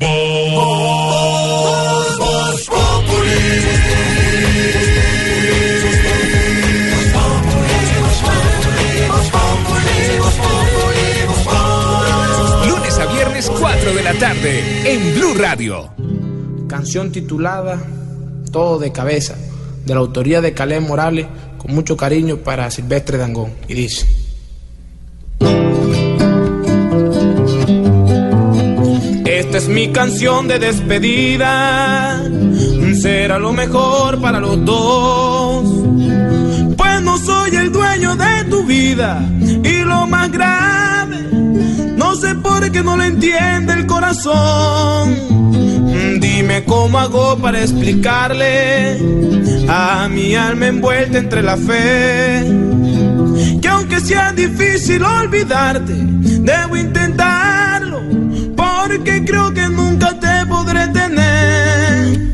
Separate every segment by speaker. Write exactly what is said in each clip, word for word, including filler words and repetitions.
Speaker 1: Voz, Voz Populi.
Speaker 2: Lunes a viernes, cuatro de la tarde, en Blue Radio.
Speaker 3: Canción titulada Todo de Cabeza, de la autoría de Caleb Morales, con mucho cariño para Silvestre Dangond. Y dice: esta es mi canción de despedida, será lo mejor para los dos, pues no soy el dueño de tu vida, y lo más grave, no sé por qué no lo entiende el corazón. Dime cómo hago para explicarle a mi alma envuelta entre la fe, que aunque sea difícil olvidarte, debo intentarlo, porque creo que nunca te podré tener.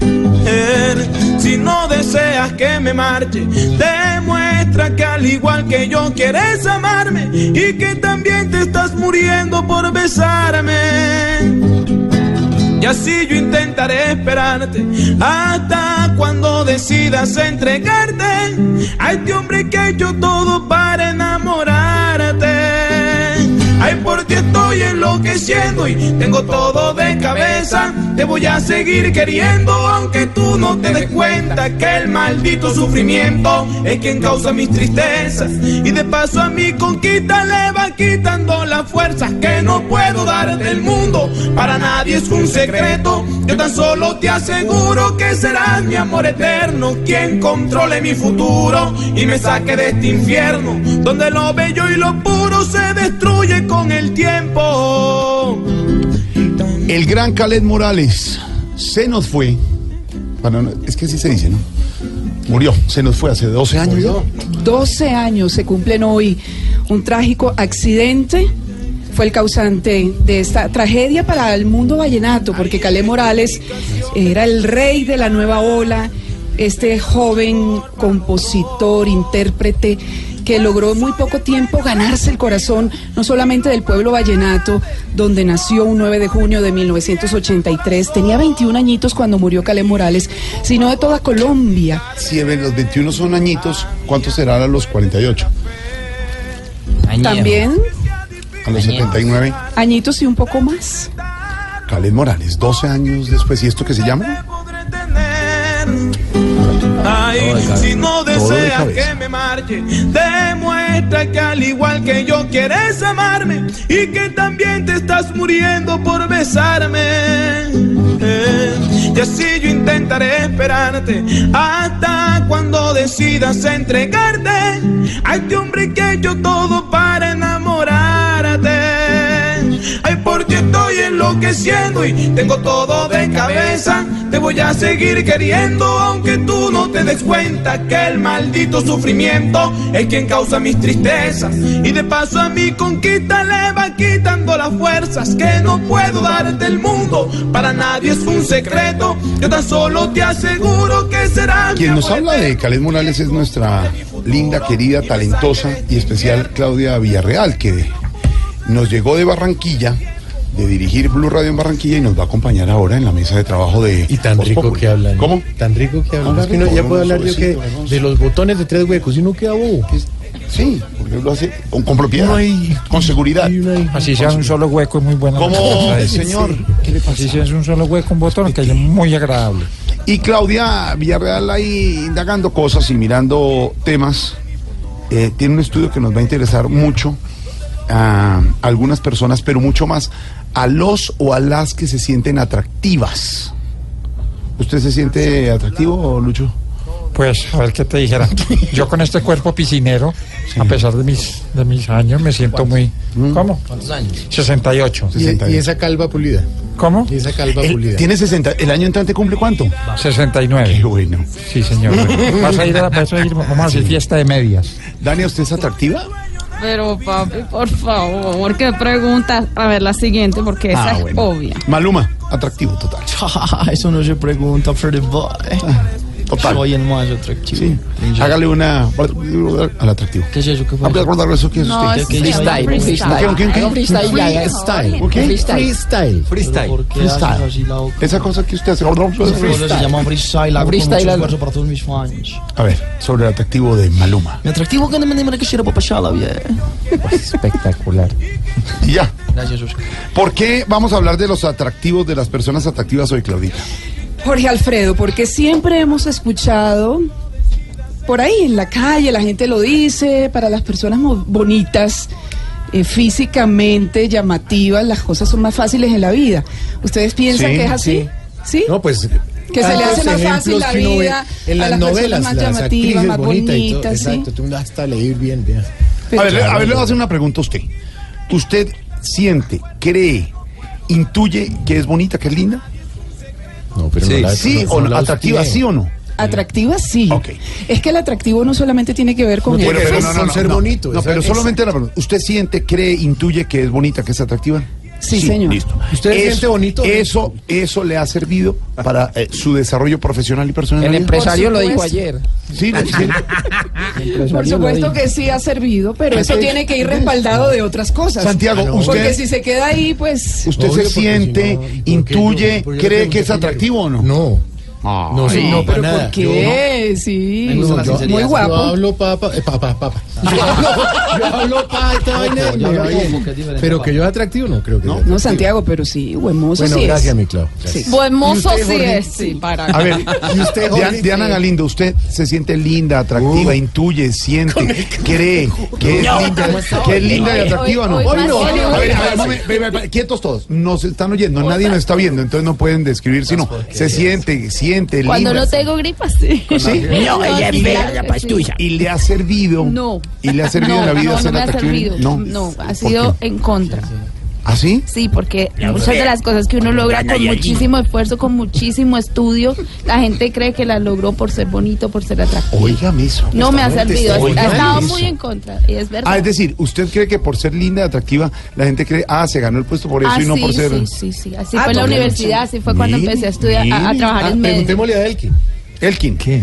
Speaker 3: Si no deseas que me marche, demuestra que al igual que yo quieres amarme, y que también te estás muriendo por besarme. Y así yo intentaré esperarte hasta cuando decidas entregarte a este hombre que ha hecho todo para enamorarte. Ay, por ti estoy enloqueciendo y tengo todo de cabeza. Te voy a seguir queriendo aunque tú no te des cuenta que el maldito sufrimiento es quien causa mis tristezas. Y de paso a mi conquista le va quitando las fuerzas que no puedo dar del mundo. Para nadie es un secreto, yo tan solo te aseguro que serás mi amor eterno, quien controle mi futuro y me saque de este infierno, donde lo bello y lo puro se destruye con el tiempo.
Speaker 4: El gran Caleb Morales se nos fue. Bueno, es que así se dice, ¿no? Murió, se nos fue hace doce años. ¿No?
Speaker 5: doce años se cumplen hoy. Un trágico accidente fue el causante de esta tragedia para el mundo vallenato, porque Caleb Morales era el rey de la nueva ola, este joven compositor, intérprete, que logró en muy poco tiempo ganarse el corazón, no solamente del pueblo vallenato, donde nació un nueve de junio de mil novecientos ochenta y tres, tenía veintiún añitos cuando murió Caleb Morales, sino de toda Colombia.
Speaker 4: Si sí, los veintiuno son añitos, ¿cuántos serán a los cuarenta y ocho?
Speaker 5: Añejo. También.
Speaker 4: A los Añejo. setenta y nueve.
Speaker 5: Añitos y un poco más.
Speaker 4: Caleb Morales, doce años después, ¿y esto qué se llama?
Speaker 3: Ay, si no deseas de que me marche, demuestra que al igual que yo quieres amarme, y que también te estás muriendo por besarme. Eh, y así yo intentaré esperarte hasta cuando decidas entregarte a este hombre que ha hecho todo para enamorarte. Ay, por ti estoy enloqueciendo y tengo todo de cabeza. Te voy a seguir queriendo aunque tú no te des cuenta que el maldito sufrimiento es quien causa mis tristezas. Y de paso a mi conquista le va quitando las fuerzas que no puedo darte el mundo. Para nadie es un secreto, yo tan solo te aseguro que será.
Speaker 4: Quien nos habla de Caleb Morales es nuestra linda, querida, talentosa y especial Claudia Villarreal, que nos llegó de Barranquilla, de dirigir Blue Radio en Barranquilla, y nos va a acompañar ahora en la mesa de trabajo de...
Speaker 6: Y tan rico Populi. Que hablan.
Speaker 4: ¿Cómo?
Speaker 6: Tan rico que hablan. Es que no, ya puedo hablar yo que de los botones de tres huecos y uno queda bobo.
Speaker 4: Sí, porque lo hace con, con propiedad, hay, con seguridad.
Speaker 7: Así sea un solo hueco es muy bueno.
Speaker 4: ¿Cómo, señor?
Speaker 7: Sí. ¿Qué le pasa? Así sea un solo hueco, un botón, que es muy agradable.
Speaker 4: Y Claudia Villarreal ahí indagando cosas y mirando temas. Eh, tiene un estudio que nos va a interesar mucho a algunas personas, pero mucho más a los o a las que se sienten atractivas. ¿Usted se siente atractivo, Lucho?
Speaker 7: Pues, a ver qué te dijera. Yo con este cuerpo piscinero, sí, a pesar de mis de mis años, me siento muy... ¿Cómo?
Speaker 6: ¿Cuántos años?
Speaker 7: sesenta y ocho.
Speaker 6: ¿Y, y esa calva pulida?
Speaker 7: ¿Cómo?
Speaker 6: ¿Y esa calva
Speaker 4: el,
Speaker 6: pulida?
Speaker 4: ¿Tiene sesenta? ¿El año entrante cumple cuánto?
Speaker 7: sesenta y nueve.
Speaker 4: Qué bueno.
Speaker 7: Sí, señor. Vas a ir a, vas a ir, vamos a hacer fiesta de medias.
Speaker 4: Dani, ¿usted es atractiva?
Speaker 8: Pero papi, por favor, ¿qué pregunta? A ver, la siguiente, porque esa ah, es bueno. obvia.
Speaker 4: Maluma, atractivo total.
Speaker 9: Eso no se pregunta, Freddy Boy.
Speaker 4: Total.
Speaker 9: Soy el más atractivo.
Speaker 4: Sí. Hágale una al atractivo.
Speaker 9: ¿Qué es eso? ¿Qué fue?
Speaker 4: ¿Eso qué es
Speaker 8: No,
Speaker 4: usted?
Speaker 8: es
Speaker 9: ¿Qué- qué-
Speaker 8: freestyle.
Speaker 9: qué-
Speaker 8: freestyle.
Speaker 4: ¿Qué- qué- qué?
Speaker 5: Un freestyle, ya, ya.
Speaker 6: Style.
Speaker 4: ¿Ok?
Speaker 6: Freestyle.
Speaker 9: Freestyle. ¿Por qué haces
Speaker 4: Freestyle.
Speaker 9: así la boca?
Speaker 4: Esa cosa que usted hace.
Speaker 9: Eso se llama freestyle. Hago con
Speaker 5: Freestyle,
Speaker 9: mucho
Speaker 5: algo.
Speaker 9: esfuerzo para todos mis fans.
Speaker 4: A ver, sobre el atractivo de Maluma.
Speaker 9: Mi atractivo que no me demora que quiero papachala, bien.
Speaker 7: Espectacular.
Speaker 4: Y ya.
Speaker 9: Gracias, Oscar.
Speaker 4: ¿Por qué vamos a hablar de los atractivos de las personas atractivas hoy, Claudita?
Speaker 5: Jorge Alfredo, porque siempre hemos escuchado por ahí en la calle, la gente lo dice, para las personas mo- bonitas, eh, físicamente llamativas, las cosas son más fáciles en la vida. ¿Ustedes piensan
Speaker 4: Sí,
Speaker 5: que es así? ¿Sí?
Speaker 6: No, pues.
Speaker 5: Que se le
Speaker 6: tantos
Speaker 5: hace más fácil
Speaker 6: ejemplos
Speaker 5: la
Speaker 6: que uno ve
Speaker 5: vida
Speaker 6: en
Speaker 5: a
Speaker 6: las
Speaker 5: las personas
Speaker 6: novelas,
Speaker 5: más
Speaker 6: las
Speaker 5: llamativas,
Speaker 6: actrices
Speaker 5: más
Speaker 6: bonitas y todo.
Speaker 5: bonitas, sí.
Speaker 6: Exacto, tú hasta leer bien, bien.
Speaker 5: Pero-
Speaker 4: A ver, le- a ver, le voy a hacer una pregunta a usted. ¿Usted siente, cree, intuye que es bonita, que es linda?
Speaker 6: No, pero
Speaker 9: Sí,
Speaker 6: no la
Speaker 4: ¿Sí
Speaker 6: no
Speaker 4: o no?
Speaker 6: la
Speaker 4: ¿Atractiva,
Speaker 6: tiene.
Speaker 4: sí o no?
Speaker 5: Atractiva, sí.
Speaker 4: Ok.
Speaker 5: Es que el atractivo no solamente tiene que ver con
Speaker 6: No
Speaker 5: el
Speaker 6: tiene que ver
Speaker 5: físico.
Speaker 6: con ser bonito,
Speaker 4: No, pero
Speaker 6: exacto.
Speaker 4: solamente la pregunta. ¿Usted siente, cree, intuye que es bonita, que es atractiva?
Speaker 5: Sí, señor.
Speaker 4: Listo.
Speaker 6: ¿Usted
Speaker 4: Eso-
Speaker 6: siente bonito?
Speaker 4: Eso, eso le ha servido para eh, su desarrollo profesional y personal.
Speaker 7: El
Speaker 4: en la vida?
Speaker 7: empresario lo dijo
Speaker 5: supuesto.
Speaker 7: ayer.
Speaker 4: Sí, le- sí.
Speaker 5: Por supuesto que sí ha servido, pero eso tiene que ir respaldado de otras cosas.
Speaker 4: Santiago,
Speaker 6: Ah, no.
Speaker 4: usted,
Speaker 5: Porque si se queda ahí, pues...
Speaker 4: usted
Speaker 6: Obvio,
Speaker 4: se
Speaker 6: porque
Speaker 4: siente,
Speaker 6: si no, ¿por qué
Speaker 4: intuye,
Speaker 6: yo- por qué yo
Speaker 4: cree
Speaker 6: tengo
Speaker 4: que es
Speaker 6: que
Speaker 4: atractivo o no?
Speaker 6: No.
Speaker 4: Ah,
Speaker 6: No, sí,
Speaker 5: Ay,
Speaker 6: no,
Speaker 5: pero
Speaker 6: para nada.
Speaker 5: ¿por qué? Sí,
Speaker 9: Me gusta la
Speaker 6: yo-
Speaker 9: sinceridad.
Speaker 5: muy
Speaker 6: Yo
Speaker 5: guapo.
Speaker 6: hablo papa, eh, papa, papa. Yo hablo, yo hablo pa esta vaina,
Speaker 9: yo
Speaker 6: me
Speaker 9: hablo
Speaker 6: va bien.
Speaker 9: como que es diferente,
Speaker 6: Pero
Speaker 9: papá.
Speaker 6: que yo atractivo no creo que sea
Speaker 5: No,
Speaker 6: atractivo.
Speaker 5: Santiago, pero sí, huemoso
Speaker 6: Bueno,
Speaker 5: sí es.
Speaker 6: gracias, mi Clau. Gracias.
Speaker 5: Sí.
Speaker 8: Buen mozo
Speaker 6: ¿Y usted,
Speaker 8: sí
Speaker 6: Jorge?
Speaker 8: es, sí, para.
Speaker 4: A ver,
Speaker 6: ¿Y usted,
Speaker 4: Diana,
Speaker 6: Jorge?
Speaker 4: Diana Galindo, ¿usted se siente linda, atractiva,
Speaker 6: Uh.
Speaker 4: intuye, siente, cree que es linda, que es linda y
Speaker 8: Hoy-
Speaker 4: atractiva o no?
Speaker 8: hoy-
Speaker 6: Hoy no.
Speaker 8: hoy
Speaker 4: A
Speaker 8: más
Speaker 4: ver, a ver,
Speaker 8: Hollywood.
Speaker 4: momen- ve- ve- ve- quietos todos, nos están oyendo, nadie nos está viendo, entonces no pueden describir, sino se siente, siente,
Speaker 8: Cuando
Speaker 4: linda.
Speaker 8: no tengo gripa, sí.
Speaker 4: ¿Sí?
Speaker 8: No, ella es bella,
Speaker 5: la
Speaker 8: pastuya.
Speaker 4: Y le ha servido.
Speaker 8: No.
Speaker 4: Y le ha servido
Speaker 8: no,
Speaker 4: en la vida
Speaker 8: no,
Speaker 4: ser
Speaker 8: no me ha
Speaker 4: atractiva.
Speaker 8: servido.
Speaker 4: No.
Speaker 8: No, ha
Speaker 4: ¿Por
Speaker 8: sido
Speaker 4: qué?
Speaker 8: en contra.
Speaker 4: ¿Ah, sí?
Speaker 8: Sí, porque muchas de las cosas que uno logra con muchísimo esfuerzo, con muchísimo estudio, la gente cree que las logró por ser bonito, por ser atractivo.
Speaker 4: Óigame eso.
Speaker 8: No me ha servido, ha
Speaker 4: Óigame
Speaker 8: estado
Speaker 4: eso.
Speaker 8: muy en contra, y es verdad.
Speaker 4: Ah, es decir, ¿usted cree que por ser linda y atractiva, la gente cree, ah, se ganó el puesto por eso
Speaker 8: Ah,
Speaker 4: y no
Speaker 8: sí,
Speaker 4: por ser...
Speaker 8: sí, sí, sí, así
Speaker 5: Ah,
Speaker 8: fue en la
Speaker 5: todo bien,
Speaker 8: universidad, así fue cuando
Speaker 4: Mire,
Speaker 8: empecé a estudiar, a, a
Speaker 4: mire.
Speaker 8: trabajar
Speaker 6: Ah,
Speaker 8: en medios.
Speaker 6: preguntémosle a Elkin.
Speaker 4: Elkin. ¿Qué?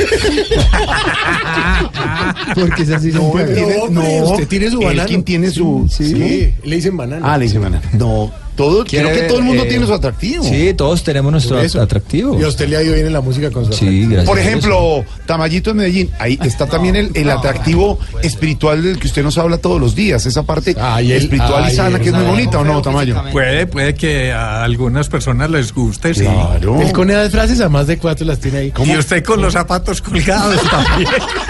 Speaker 6: Porque es así. No,
Speaker 4: Él tiene- no,
Speaker 6: usted tiene su banano.
Speaker 4: Elkin tiene su...
Speaker 6: Sí,
Speaker 4: ¿sí?
Speaker 6: le dicen banano.
Speaker 4: Ah, le dice banana. No, todo, creo que todo el mundo tiene su atractivo.
Speaker 10: Sí, todos tenemos nuestro
Speaker 6: Por eso.
Speaker 10: atractivo.
Speaker 6: Y a usted le ha ido bien en la música con su
Speaker 10: Sí,
Speaker 6: atractivo.
Speaker 10: gracias.
Speaker 4: Por
Speaker 10: a eso.
Speaker 4: ejemplo, Tamayito en Medellín, ahí está también el, el atractivo espiritual del que usted nos habla todos los días, esa parte
Speaker 6: Ay, el-
Speaker 4: espiritual
Speaker 6: ay,
Speaker 4: y sana que es muy
Speaker 6: ay,
Speaker 4: bonita, ¿o no, Tamayo?
Speaker 7: Puede, puede que a algunas personas les guste, sí.
Speaker 4: Claro.
Speaker 6: Él con esas frases a más de cuatro las tiene ahí.
Speaker 7: Y usted con los zapatos colgados también.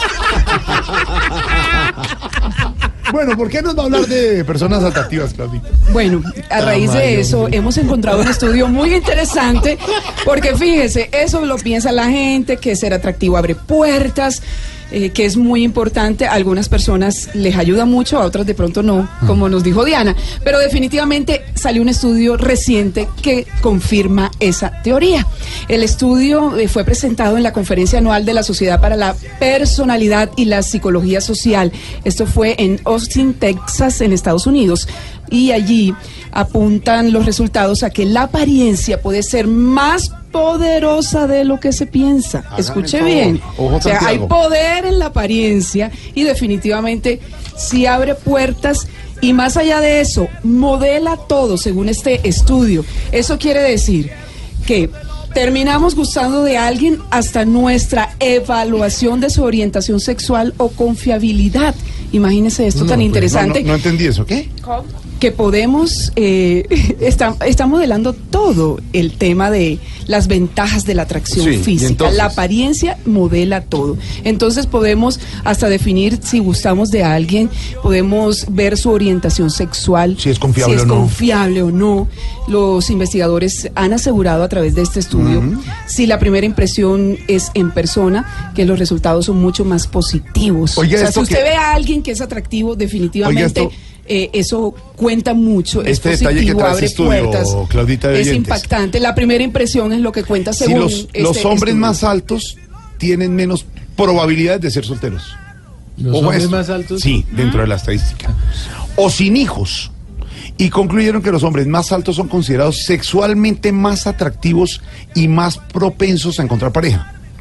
Speaker 4: Bueno, ¿por qué nos va a hablar de personas atractivas, Claudita?
Speaker 5: Bueno, a raíz de
Speaker 6: Tamayo,
Speaker 5: eso
Speaker 6: hombre.
Speaker 5: hemos encontrado un estudio muy interesante, porque fíjese, eso lo piensa la gente, que ser atractivo abre puertas, eh, que es muy importante. A algunas personas les ayuda mucho, a otras de pronto no, como nos dijo Diana. Pero definitivamente salió un estudio reciente que confirma esa teoría. El estudio eh, fue presentado en la conferencia anual de la Sociedad para la Personalidad y la Psicología Social. Esto fue en Austin, Texas, en Estados Unidos. Y allí apuntan los resultados a que la apariencia puede ser más poderosa de lo que se piensa.
Speaker 4: Hágame
Speaker 5: Escuche
Speaker 4: el favor.
Speaker 5: bien.
Speaker 4: Ojo,
Speaker 5: O sea, hay
Speaker 4: Santiago.
Speaker 5: poder en la apariencia y definitivamente sí abre puertas. Y más allá de eso, modela todo según este estudio. Eso quiere decir que terminamos gustando de alguien hasta nuestra evaluación de su orientación sexual o confiabilidad. Imagínense esto
Speaker 6: No,
Speaker 5: tan
Speaker 6: pues,
Speaker 5: interesante.
Speaker 4: No, no, no entendí eso, ¿qué?
Speaker 5: Que podemos, eh, está, está modelando todo el tema de las ventajas de la atracción
Speaker 4: Sí, y
Speaker 5: física.
Speaker 4: entonces.
Speaker 5: La apariencia modela todo. Entonces podemos hasta definir si gustamos de alguien, podemos ver su orientación sexual,
Speaker 4: Si es confiable
Speaker 5: si es
Speaker 4: o no.
Speaker 5: confiable o no. Los investigadores han asegurado a través de este estudio, si la primera impresión es en persona, que los resultados son mucho más positivos.
Speaker 4: Oiga,
Speaker 5: o sea,
Speaker 4: esto
Speaker 5: si usted
Speaker 4: que-
Speaker 5: ve a alguien que es atractivo, definitivamente...
Speaker 4: Oiga, esto-
Speaker 5: Eh, eso cuenta mucho,
Speaker 4: Este
Speaker 5: es
Speaker 4: detalle que
Speaker 5: positivo,
Speaker 4: trae
Speaker 5: abre
Speaker 4: este estudio,
Speaker 5: puertas,
Speaker 4: Claudita de
Speaker 5: es
Speaker 4: oyentes.
Speaker 5: impactante. La primera impresión es lo que cuenta
Speaker 4: Si
Speaker 5: según
Speaker 4: los,
Speaker 5: este
Speaker 4: los hombres
Speaker 5: estudio.
Speaker 4: más altos tienen menos probabilidades de ser solteros.
Speaker 6: Los
Speaker 4: Ojo a
Speaker 6: hombres
Speaker 4: esto.
Speaker 6: más altos.
Speaker 4: Sí, dentro de la estadística. O sin hijos. Y concluyeron que los hombres más altos son considerados sexualmente más atractivos y más propensos a encontrar pareja.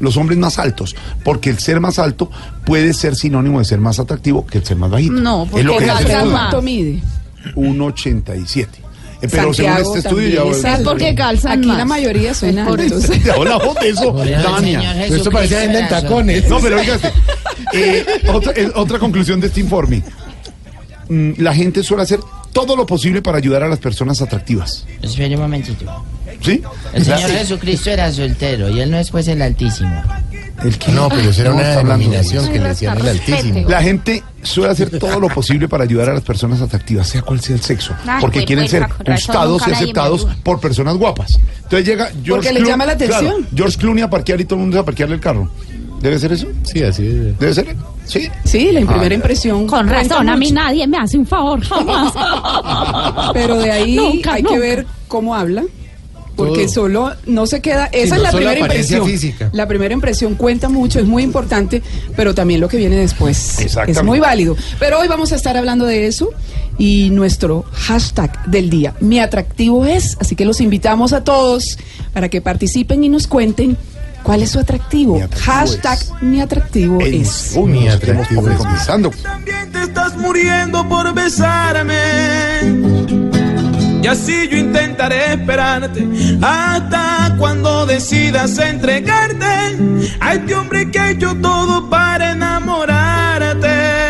Speaker 4: los hombres más altos, porque el ser más alto puede ser sinónimo de ser más atractivo que el ser más bajito.
Speaker 8: No, porque
Speaker 4: es lo que
Speaker 8: calza
Speaker 4: dice el estudio.
Speaker 8: más.
Speaker 5: ¿Cuánto mide?
Speaker 4: uno ochenta y siete. Eh, Pero
Speaker 5: Santiago
Speaker 4: según este estudio
Speaker 5: también
Speaker 4: ya...
Speaker 5: es alto.
Speaker 8: porque calzan
Speaker 5: Aquí
Speaker 8: más.
Speaker 5: la mayoría son altos.
Speaker 4: Ya hablamos de eso, Tania.
Speaker 6: Esto parece venda en tacones.
Speaker 4: No, pero oígate, eh, otra, eh, otra conclusión de este informe. Mm, la gente suele hacer todo lo posible para ayudar a las personas atractivas.
Speaker 10: Espera un momentito.
Speaker 4: ¿Sí?
Speaker 10: El Señor
Speaker 4: La-
Speaker 10: Jesucristo era soltero y él no es pues el Altísimo.
Speaker 4: ¿El qué?
Speaker 6: No, pero eso era
Speaker 4: No,
Speaker 6: una
Speaker 4: está hablando de
Speaker 6: denominación
Speaker 4: eso.
Speaker 6: que le decían el Altísimo.
Speaker 4: La gente suele hacer todo lo posible para ayudar a las personas atractivas, sea cual sea el sexo,
Speaker 8: Ay,
Speaker 4: porque
Speaker 8: pues,
Speaker 4: quieren
Speaker 8: pues,
Speaker 4: ser
Speaker 8: con razón,
Speaker 4: gustados
Speaker 8: nunca
Speaker 4: y
Speaker 8: nadie me
Speaker 4: aceptados
Speaker 8: ayuda.
Speaker 4: por personas guapas. Entonces llega George
Speaker 5: Porque les
Speaker 4: Clooney-
Speaker 5: llama la atención.
Speaker 4: claro, George Clooney a parquear y todo el mundo a parquearle el carro. ¿Debe ser eso?
Speaker 6: Sí, así es.
Speaker 4: ¿Debe ser? Sí.
Speaker 5: Sí, la primera
Speaker 4: Ah,
Speaker 5: impresión.
Speaker 8: Con
Speaker 5: cuenta
Speaker 8: razón, a mí
Speaker 5: mucho.
Speaker 8: nadie me hace un favor, jamás.
Speaker 5: Pero de ahí
Speaker 8: Nunca,
Speaker 5: hay
Speaker 8: nunca.
Speaker 5: que ver cómo habla. Porque
Speaker 6: Todo.
Speaker 5: solo no se queda. Esa
Speaker 6: no
Speaker 5: es la
Speaker 6: solo
Speaker 5: primera
Speaker 6: apariencia
Speaker 5: impresión.
Speaker 6: física.
Speaker 5: La primera impresión cuenta mucho, es muy importante, pero también lo que viene después
Speaker 4: Exactamente.
Speaker 5: es muy válido. Pero hoy vamos a estar hablando de eso y nuestro hashtag del día, mi atractivo es. Así que los invitamos a todos para que participen y nos cuenten cuál es su atractivo.
Speaker 4: Mi atractivo
Speaker 5: hashtag
Speaker 4: es.
Speaker 5: mi atractivo
Speaker 4: En
Speaker 5: es.
Speaker 4: uy,
Speaker 6: Mi
Speaker 4: nos estamos
Speaker 6: atractivo es.
Speaker 4: comenzando.
Speaker 3: También te estás muriendo por besarme. Y así yo intentaré esperarte hasta cuando decidas entregarte a este hombre que ha hecho todo para enamorarte.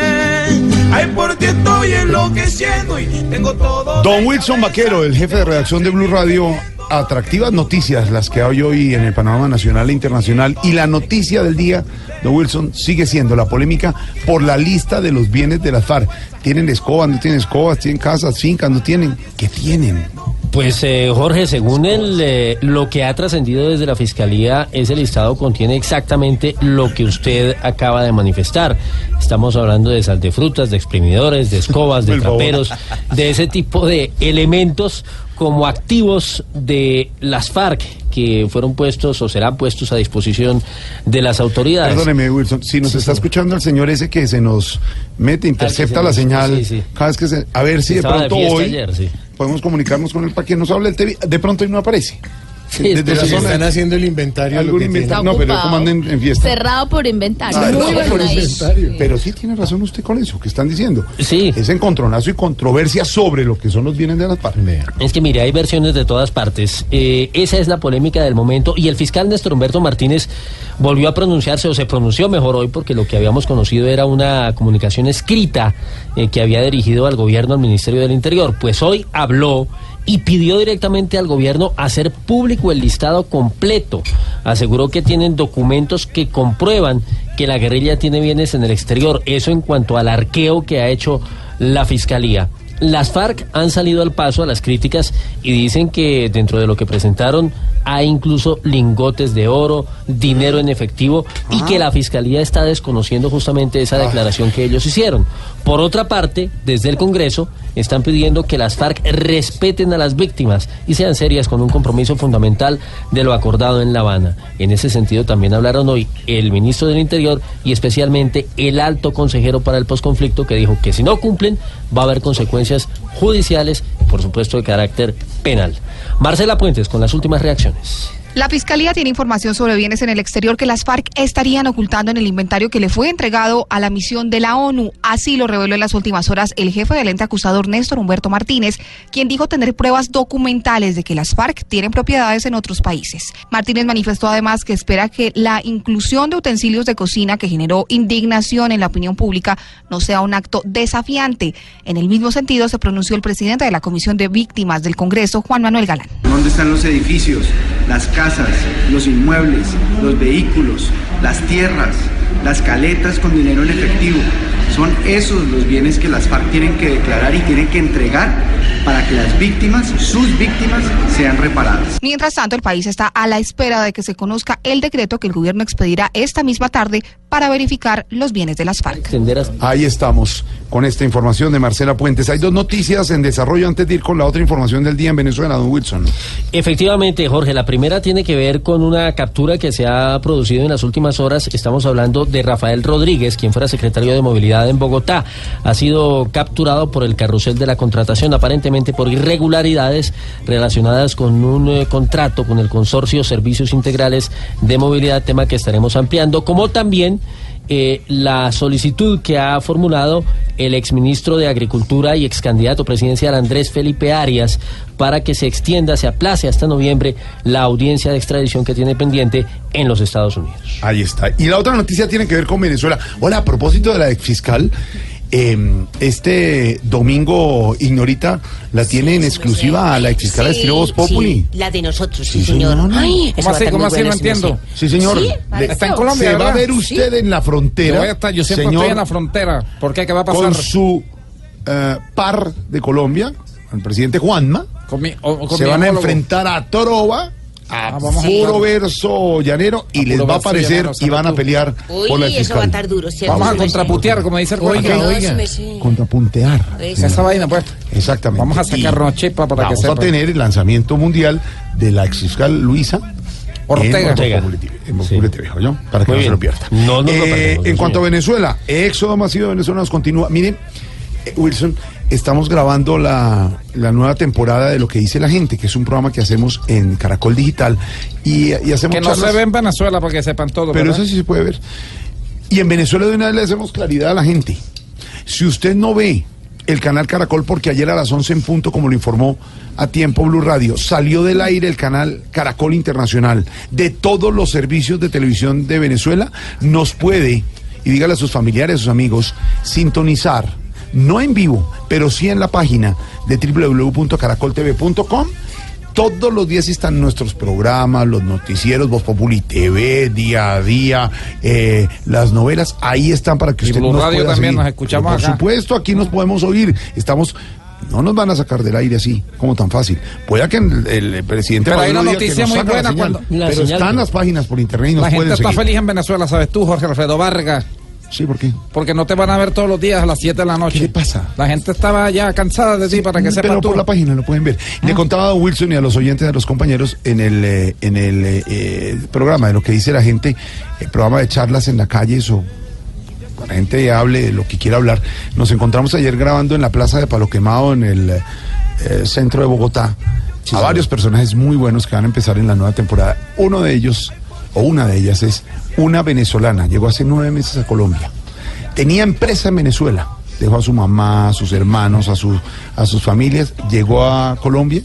Speaker 3: Ay, por ti estoy enloqueciendo y tengo todo.
Speaker 4: Don Wilson Vaquero, el jefe de redacción de Blue Radio. Atractivas noticias las que hay hoy en el panorama nacional e internacional, y la noticia del día, don Wilson, sigue siendo la polémica por la lista de los bienes de las FARC. ¿Tienen escobas, no tienen escobas? ¿Tienen casas, fincas, no tienen? ¿Qué tienen?
Speaker 11: Pues eh, Jorge, según el, eh, lo que ha trascendido desde la Fiscalía, ese listado contiene exactamente lo que usted acaba de manifestar. Estamos hablando de sal de frutas, de exprimidores, de escobas, de
Speaker 4: Por favor.
Speaker 11: traperos, de ese tipo de elementos como activos de las FARC que fueron puestos o serán puestos a disposición de las autoridades.
Speaker 4: Perdóneme, Wilson, si nos
Speaker 11: Sí,
Speaker 4: está
Speaker 11: sí.
Speaker 4: escuchando el señor ese que se nos mete, intercepta
Speaker 11: se
Speaker 4: la
Speaker 11: nos-
Speaker 4: señal,
Speaker 11: sí, sí.
Speaker 4: cada vez que se... A ver si de
Speaker 11: Estaba de
Speaker 4: pronto
Speaker 11: fiesta
Speaker 4: hoy
Speaker 11: ayer, sí.
Speaker 4: podemos comunicarnos con él para que nos hable el T V. De pronto hoy no aparece.
Speaker 11: Sí,
Speaker 4: Desde
Speaker 11: es
Speaker 4: la
Speaker 6: Pero si
Speaker 11: posible.
Speaker 4: zona-
Speaker 6: están haciendo el inventario de lo
Speaker 4: algún
Speaker 6: que tienen.
Speaker 4: inventario. No, pero
Speaker 8: ocupado.
Speaker 4: como anden en fiesta.
Speaker 8: Cerrado por inventario.
Speaker 4: Ah,
Speaker 8: Muy
Speaker 4: cerrado
Speaker 8: bueno
Speaker 6: por
Speaker 8: ahí.
Speaker 6: inventario.
Speaker 4: Pero sí tiene razón usted con eso que están diciendo.
Speaker 11: Sí.
Speaker 4: Es encontronazo y controversia sobre lo que son los bienes de las FARC.
Speaker 11: Es que mire, hay versiones de todas partes. Eh, esa es la polémica del momento y el fiscal Néstor Humberto Martínez volvió a pronunciarse, o se pronunció mejor hoy, porque lo que habíamos conocido era una comunicación escrita eh, que había dirigido al gobierno, al Ministerio del Interior. Pues hoy habló y pidió directamente al gobierno hacer público el listado completo. Aseguró que tienen documentos que comprueban que la guerrilla tiene bienes en el exterior. Eso en cuanto al arqueo que ha hecho la Fiscalía. Las FARC han salido al paso a las críticas y dicen que dentro de lo que presentaron hay incluso lingotes de oro, dinero en efectivo, y que la Fiscalía está desconociendo justamente esa declaración que ellos hicieron. Por otra parte, desde el Congreso están pidiendo que las FARC respeten a las víctimas y sean serias con un compromiso fundamental de lo acordado en La Habana. En ese sentido también hablaron hoy el ministro del Interior y especialmente el alto consejero para el posconflicto, que dijo que si no cumplen va a haber consecuencias judiciales y por supuesto de carácter penal. Marcela Puentes con las últimas reacciones.
Speaker 12: La Fiscalía tiene información sobre bienes en el exterior que las FARC estarían ocultando en el inventario que le fue entregado a la misión de la ONU. Así lo reveló en las últimas horas el jefe del ente acusador Néstor Humberto Martínez, quien dijo tener pruebas documentales de que las FARC tienen propiedades en otros países. Martínez manifestó además que espera que la inclusión de utensilios de cocina que generó indignación en la opinión pública no sea un acto desafiante. En el mismo sentido se pronunció el presidente de la Comisión de Víctimas del Congreso, Juan Manuel Galán.
Speaker 13: ¿Dónde están los edificios, las casas, los inmuebles, los vehículos, las tierras, las caletas con dinero en efectivo? Son esos los bienes que las FARC tienen que declarar y tienen que entregar para que las víctimas, sus víctimas, sean reparadas.
Speaker 12: Mientras tanto, el país está a la espera de que se conozca el decreto que el gobierno expedirá esta misma tarde para verificar los bienes de las FARC.
Speaker 4: Ahí estamos con esta información de Marcela Puentes. Hay dos noticias en desarrollo antes de ir con la otra información del día en Venezuela, don Wilson.
Speaker 11: Efectivamente, Jorge, la primera tiene que ver con una captura que se ha producido en las últimas horas. Estamos hablando de Rafael Rodríguez, quien fuera secretario de Movilidad en Bogotá. Ha sido capturado por el carrusel de la contratación. Aparentemente aparentemente por irregularidades relacionadas con un eh, contrato con el consorcio Servicios Integrales de Movilidad, tema que estaremos ampliando, como también eh, la solicitud que ha formulado el exministro de Agricultura y excandidato presidencial Andrés Felipe Arias para que se extienda, se aplace hasta noviembre la audiencia de extradición que tiene pendiente en los Estados Unidos.
Speaker 4: Ahí está. Y la otra noticia tiene que ver con Venezuela. Hola, a propósito de la exfiscal, eh, este domingo Ignorita la tiene en exclusiva a la exfiscal de estilo Voz Populi.
Speaker 14: Sí, la de nosotros, sí,
Speaker 4: Sí,
Speaker 14: señor.
Speaker 4: señor.
Speaker 14: Ay,
Speaker 7: ¿Cómo así? ¿Cómo así? No entiendo.
Speaker 4: Sí, señor.
Speaker 14: ¿Sí?
Speaker 4: Le-
Speaker 7: Está en Colombia,
Speaker 4: Se va a
Speaker 7: ¿verdad?
Speaker 4: ver usted
Speaker 14: Sí.
Speaker 4: en la frontera.
Speaker 7: Yo, voy a estar- yo siempre
Speaker 4: señor,
Speaker 7: estoy en la frontera. ¿Por qué? ¿Qué va a pasar?
Speaker 4: con su eh, par de Colombia, el presidente Juanma.
Speaker 7: Con mi- o- con
Speaker 4: Se
Speaker 7: mi
Speaker 4: van a
Speaker 7: homólogo.
Speaker 4: enfrentar a Trova, a
Speaker 7: Ah, vamos a
Speaker 4: puro
Speaker 7: jugar.
Speaker 4: verso llanero, y
Speaker 7: A
Speaker 4: les
Speaker 7: puro
Speaker 4: va a
Speaker 7: verso
Speaker 4: aparecer
Speaker 7: llanero,
Speaker 4: y van a
Speaker 7: ¿sabes tú?
Speaker 4: pelear
Speaker 14: Uy,
Speaker 4: por la
Speaker 14: eso va a
Speaker 4: fiscal.
Speaker 14: estar duro, ¿cierto?
Speaker 7: Vamos a
Speaker 14: Sí, me sé.
Speaker 7: contraputear, como dice el cuento.
Speaker 6: Oiga,
Speaker 14: No,
Speaker 6: oiga.
Speaker 14: sí me sé.
Speaker 4: Contrapuntear.
Speaker 14: Eso.
Speaker 7: Esa vaina, pues.
Speaker 4: Exactamente.
Speaker 7: Vamos a sacarnos
Speaker 4: Y
Speaker 7: chispa para que
Speaker 4: vamos
Speaker 7: sepan.
Speaker 4: a tener el lanzamiento mundial de la exfiscal Luisa
Speaker 7: Ortega.
Speaker 4: en
Speaker 11: Ortega.
Speaker 4: Voz Populi T V, en Voz Populi T V, ¿oyó? Para que
Speaker 11: Muy
Speaker 4: no se
Speaker 11: bien.
Speaker 4: lo pierda.
Speaker 11: No nos lo
Speaker 4: Eh,
Speaker 11: perdemos,
Speaker 4: en
Speaker 11: sí,
Speaker 4: cuanto a
Speaker 11: señor.
Speaker 4: Venezuela, éxodo masivo de venezolanos continúa. Miren, eh, Wilson, estamos grabando la, la nueva temporada de Lo que dice la gente, que es un programa que hacemos en Caracol Digital y, y hacemos
Speaker 7: Que no
Speaker 4: charlas,
Speaker 7: se ve en Venezuela para que sepan todo.
Speaker 4: pero
Speaker 7: ¿verdad?
Speaker 4: eso sí se puede ver. Y en Venezuela de una vez le hacemos claridad a la gente. Si usted no ve el canal Caracol, porque ayer a las once en punto, como lo informó a tiempo Blue Radio, salió del aire el canal Caracol Internacional de todos los servicios de televisión de Venezuela, nos puede, y dígale a sus familiares, a sus amigos, sintonizar, no en vivo, pero sí en la página de doble u doble u doble u punto caracol t v punto com. Todos los días están nuestros programas, los noticieros, Voz Populi T V, día a día, eh, las novelas, ahí están para que
Speaker 7: Y
Speaker 4: usted
Speaker 7: Blue
Speaker 4: nos
Speaker 7: Radio
Speaker 4: pueda
Speaker 7: también,
Speaker 4: seguir.
Speaker 7: nos escuchamos
Speaker 4: Pero por
Speaker 7: acá.
Speaker 4: supuesto, aquí nos podemos oír. Estamos, no nos van a sacar del aire así, como tan fácil. Pueda que el, el presidente
Speaker 7: Pero hay
Speaker 4: Maduro
Speaker 7: una
Speaker 4: diga que
Speaker 7: noticia
Speaker 4: nos
Speaker 7: muy
Speaker 4: saca la
Speaker 7: buena
Speaker 4: señal,
Speaker 7: cuando-
Speaker 11: La
Speaker 4: pero
Speaker 11: señal
Speaker 4: están
Speaker 11: que-
Speaker 4: las páginas por internet y nos
Speaker 7: La gente
Speaker 4: pueden
Speaker 7: está
Speaker 4: seguir.
Speaker 7: feliz en Venezuela, ¿sabes tú, Jorge Alfredo Vargas?
Speaker 4: Sí, ¿por qué?
Speaker 7: Porque no te van a ver todos los días a las siete de la noche.
Speaker 4: ¿Qué le pasa?
Speaker 7: La gente estaba ya cansada de ti para que
Speaker 4: Pero
Speaker 7: sepas tú.
Speaker 4: por la página lo pueden ver. Le contaba a Wilson y a los oyentes, a los compañeros, en el eh, en el eh, eh, programa de Lo que dice la gente, el programa de charlas en la calle, eso, para la gente hable de lo que quiera hablar. Nos encontramos ayer grabando en la Plaza de Palo Quemado, en el eh, centro de Bogotá, a varios personajes muy buenos que van a empezar en la nueva temporada. Uno de ellos, o una de ellas, es una venezolana, llegó hace nueve meses a Colombia. Tenía empresa en Venezuela, dejó a su mamá, a sus hermanos, a, sus a sus familias, llegó a Colombia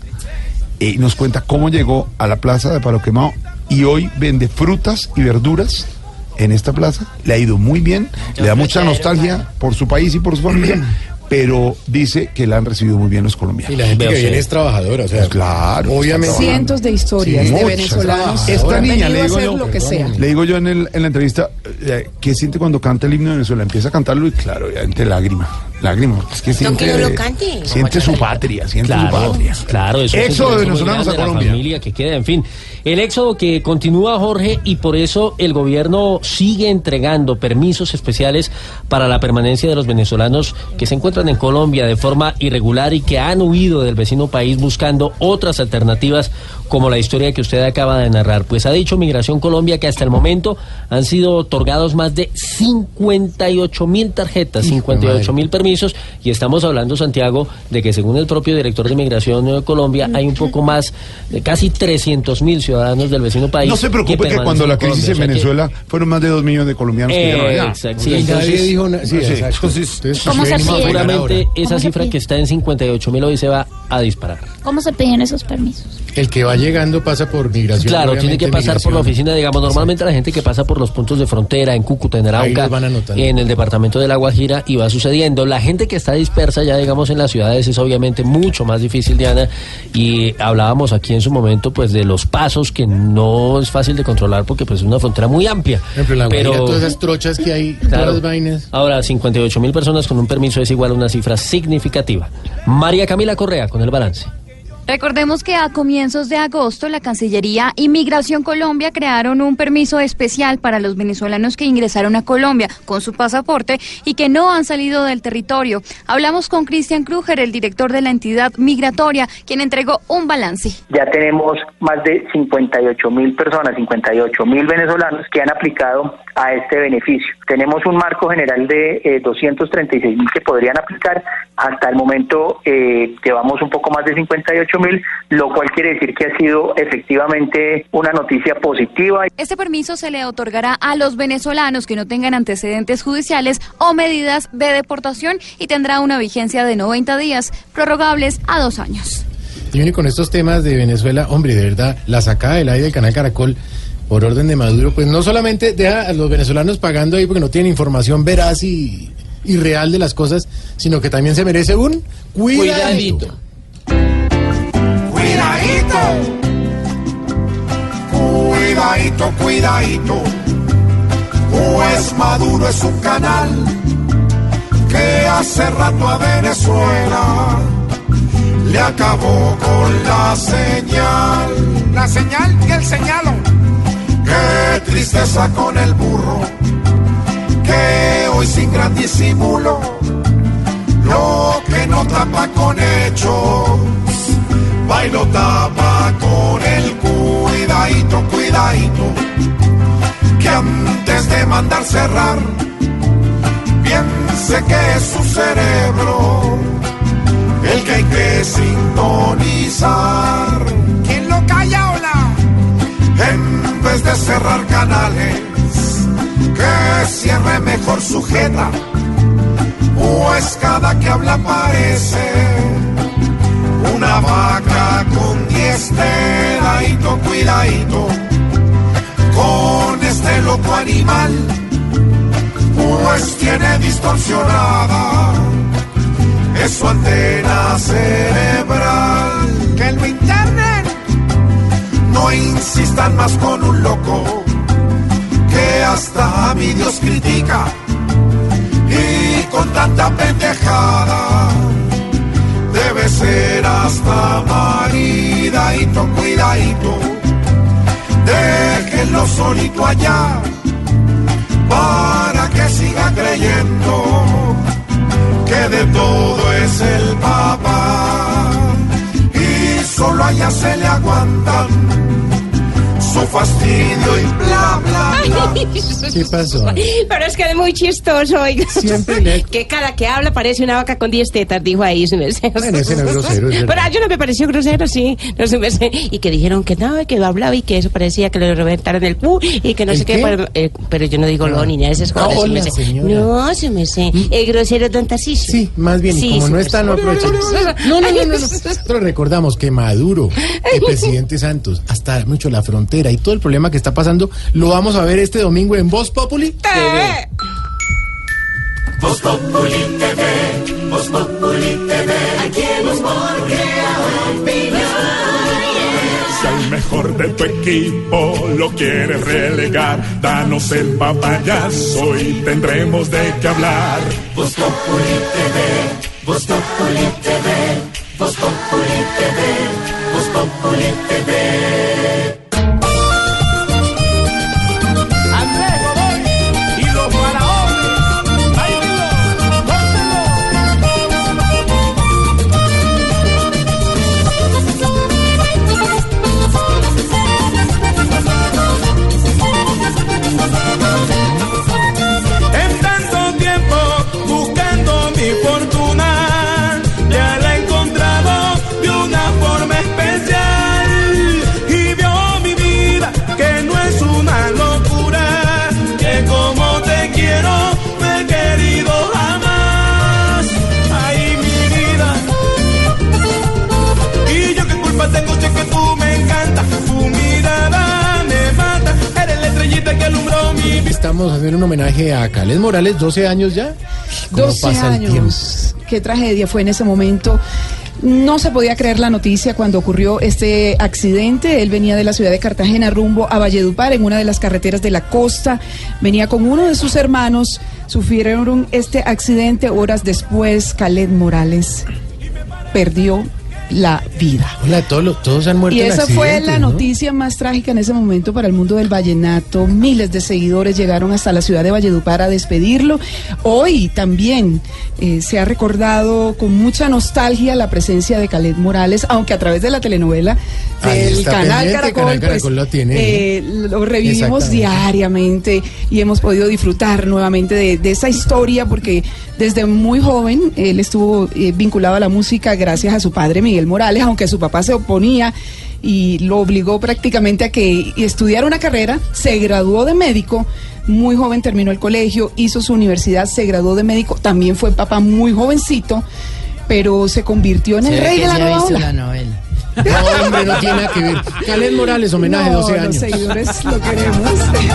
Speaker 4: y nos cuenta cómo llegó a la plaza de Palo Quemado y hoy vende frutas y verduras en esta plaza. Le ha ido muy bien, le da mucha nostalgia por su país y por su familia, pero dice que la han recibido muy bien los colombianos.
Speaker 6: Y la gente
Speaker 11: Veo,
Speaker 6: que
Speaker 11: sí.
Speaker 6: viene es trabajadora, o sea,
Speaker 4: Pues claro,
Speaker 6: obviamente.
Speaker 4: está
Speaker 5: Cientos de historias
Speaker 4: Sí,
Speaker 5: de
Speaker 4: muchas.
Speaker 5: venezolanos
Speaker 4: Esta
Speaker 5: que han
Speaker 4: niña,
Speaker 5: venido
Speaker 4: le
Speaker 5: a
Speaker 4: digo
Speaker 5: hacer
Speaker 4: yo,
Speaker 5: lo que sea.
Speaker 4: Le digo yo en, el, en la entrevista, eh, ¿qué siente cuando canta el himno de Venezuela? Empieza a cantarlo y claro, obviamente lágrima, lágrima. Es que
Speaker 14: No,
Speaker 4: siente,
Speaker 14: que no lo cante.
Speaker 4: siente su patria, siente su
Speaker 11: Claro,
Speaker 4: patria.
Speaker 11: claro, eso es
Speaker 4: Éxodo
Speaker 11: un
Speaker 4: de
Speaker 11: esfuerzo muy
Speaker 4: venezolanos a
Speaker 11: grande, la
Speaker 4: Colombia.
Speaker 11: familia que queda, en fin. El éxodo que continúa, Jorge, y por eso el gobierno sigue entregando permisos especiales para la permanencia de los venezolanos que se encuentran en Colombia de forma irregular y que han huido del vecino país buscando otras alternativas, como la historia que usted acaba de narrar. Pues ha dicho Migración Colombia que hasta el momento han sido otorgados más de cincuenta y ocho mil tarjetas, cincuenta y ocho mil permisos, y estamos hablando, Santiago, de que según el propio director de Migración de Colombia hay un poco más de casi trescientos mil ciudadanos del vecino país.
Speaker 4: No se preocupe que, cuando la crisis en Venezuela fueron más de dos millones de colombianos que llegaron allá.
Speaker 11: Exacto, sí,
Speaker 6: Y nadie
Speaker 11: entonces,
Speaker 6: dijo na- sí,
Speaker 4: sí,
Speaker 6: exacto.
Speaker 4: entonces,
Speaker 6: Entonces,
Speaker 8: ¿cómo
Speaker 6: si
Speaker 8: se
Speaker 6: venimos a
Speaker 8: pide?
Speaker 6: bailar ahora.
Speaker 11: seguramente esa
Speaker 8: ¿Cómo se
Speaker 11: cifra
Speaker 8: pide?
Speaker 11: que está en cincuenta y ocho mil hoy se va a disparar.
Speaker 8: ¿Cómo se piden esos permisos?
Speaker 6: El que va llegando pasa por migración.
Speaker 11: Claro, tiene
Speaker 6: obviamente,
Speaker 11: que pasar por la
Speaker 6: migración.
Speaker 11: oficina, digamos, normalmente la gente que pasa por los puntos de frontera, en Cúcuta, en
Speaker 6: Ahí
Speaker 11: Arauca,
Speaker 6: los van anotando.
Speaker 11: en el departamento de La Guajira, y va sucediendo. La gente que está dispersa ya, digamos, en las ciudades es obviamente mucho más difícil, Diana, y hablábamos aquí en su momento, pues, de los pasos que no es fácil de controlar porque, pues, es una frontera muy amplia.
Speaker 6: Por ejemplo, en la Guajira,
Speaker 11: Pero,
Speaker 6: todas esas trochas que hay,
Speaker 11: claro.
Speaker 6: todas las vainas.
Speaker 11: Ahora, cincuenta y ocho mil personas con un permiso es igual a una cifra significativa. María Camila Correa, con el balance.
Speaker 14: Recordemos que a comienzos de agosto la Cancillería y Migración Colombia crearon un permiso especial para los venezolanos que ingresaron a Colombia con su pasaporte y que no han salido del territorio. Hablamos con Cristian Kruger, el director de la entidad migratoria, quien entregó un balance.
Speaker 15: Ya tenemos más de cincuenta y ocho mil personas, cincuenta y ocho mil venezolanos que han aplicado a este beneficio. Tenemos un marco general de eh, doscientos treinta y seis mil que podrían aplicar. Hasta el momento eh, llevamos un poco más de cincuenta y ocho mil, lo cual quiere decir que ha sido efectivamente una noticia positiva.
Speaker 14: Este permiso se le otorgará a los venezolanos que no tengan antecedentes judiciales o medidas de deportación y tendrá una vigencia de noventa días, prorrogables a dos años.
Speaker 6: Y viene con estos temas de Venezuela, hombre, de verdad, la sacada del aire del canal Caracol por orden de Maduro, pues no solamente deja a los venezolanos pagando ahí porque no tienen información veraz y, y real de las cosas, sino que también se merece un cuidadito.
Speaker 1: Cuidadito. Cuidadito, cuidadito. Pues Maduro es un canal que hace rato a Venezuela le acabó con la señal. La señal y el señalo. Qué tristeza con el burro, que hoy sin gran disimulo, lo que no tapa con hechos, va y lo tapa con el cuidadito, cuidadito, que antes de mandar cerrar, piense que es su cerebro el que hay que sintonizar. ¿Quién lo calla, hola? En vez de cerrar canales, que cierre mejor su jeta, pues cada que habla parece una vaca con diez cuidadito, cuidadito, con este loco animal, pues tiene distorsionada es su antena cerebral. Que lo internen. No insistan más con un loco que hasta a mi Dios critica, y con tanta pendejada debe ser hasta maridadito, cuidadito, déjenlo solito allá para que siga creyendo que de todo es el papá, y solo allá se le aguantan su fastidio y bla, bla, bla.
Speaker 6: ¿Qué pasó?
Speaker 16: Pero es que es muy chistoso, oiga.
Speaker 6: Siempre le...
Speaker 16: Que cada que habla parece una vaca con diez tetas, dijo ahí su merced.
Speaker 6: Bueno, ese no es grosero, es
Speaker 16: Pero a yo no me pareció grosero, sí, no su merced. Y que dijeron que no, que hablaba y que eso parecía que le reventaron el pu y que no sé qué. Pero, eh, pero yo no digo lo ni nada de esas cosas.
Speaker 6: No,
Speaker 16: su
Speaker 6: hola,
Speaker 16: merced.
Speaker 6: señora.
Speaker 16: No, su merced. El grosero don Tarcisio.
Speaker 6: Sí, más bien,
Speaker 16: Sí,
Speaker 6: y como
Speaker 16: su
Speaker 6: no
Speaker 16: merced.
Speaker 6: está, no aprovechen. No, no, no, no, no. Nosotros recordamos que Maduro, el presidente Santos, hasta mucho la frontera y todo el problema que está pasando, lo vamos a ver este domingo en Voz Populi T V.
Speaker 1: Voz Populi T V, Voz Populi T V, aquí en Voz Si al mejor de tu equipo lo quieres relegar, danos el papayazo y tendremos de qué hablar. Voz Populi T V, Voz Populi T V, Voz Populi T V, Voz Populi T V.
Speaker 6: Estamos haciendo un homenaje a Kaleth Morales, doce años ya.
Speaker 5: doce años. Qué tragedia fue en ese momento. No se podía creer la noticia cuando ocurrió este accidente. Él venía de la ciudad de Cartagena rumbo a Valledupar en una de las carreteras de la costa. Venía con uno de sus hermanos. Sufrieron este accidente. Horas después, Kaleth Morales perdió la vida.
Speaker 6: Hola, todos, todos han muerto
Speaker 5: Y
Speaker 6: en
Speaker 5: esa fue la
Speaker 6: ¿no?
Speaker 5: noticia más trágica en ese momento para el mundo del vallenato. Miles de seguidores llegaron hasta la ciudad de Valledupar a despedirlo. Hoy también eh, se ha recordado con mucha nostalgia la presencia de Caled Morales, aunque a través de la telenovela del canal Caracol,
Speaker 6: Canal Caracol
Speaker 5: pues,
Speaker 6: lo tiene.
Speaker 5: eh, lo revivimos diariamente y hemos podido disfrutar nuevamente de, de esa historia, porque desde muy joven él estuvo eh, vinculado a la música gracias a su padre Miguel Morales, aunque su papá se oponía y lo obligó prácticamente a que estudiara una carrera. Se graduó de médico, muy joven terminó el colegio, hizo su universidad, se graduó de médico, también fue papá muy jovencito, pero se convirtió en el rey de la nueva ola.
Speaker 10: novela.
Speaker 6: No, hombre, no tiene nada que ver. Caled Morales, homenaje,
Speaker 5: no,
Speaker 6: doce años.
Speaker 5: Los seguidores lo queremos.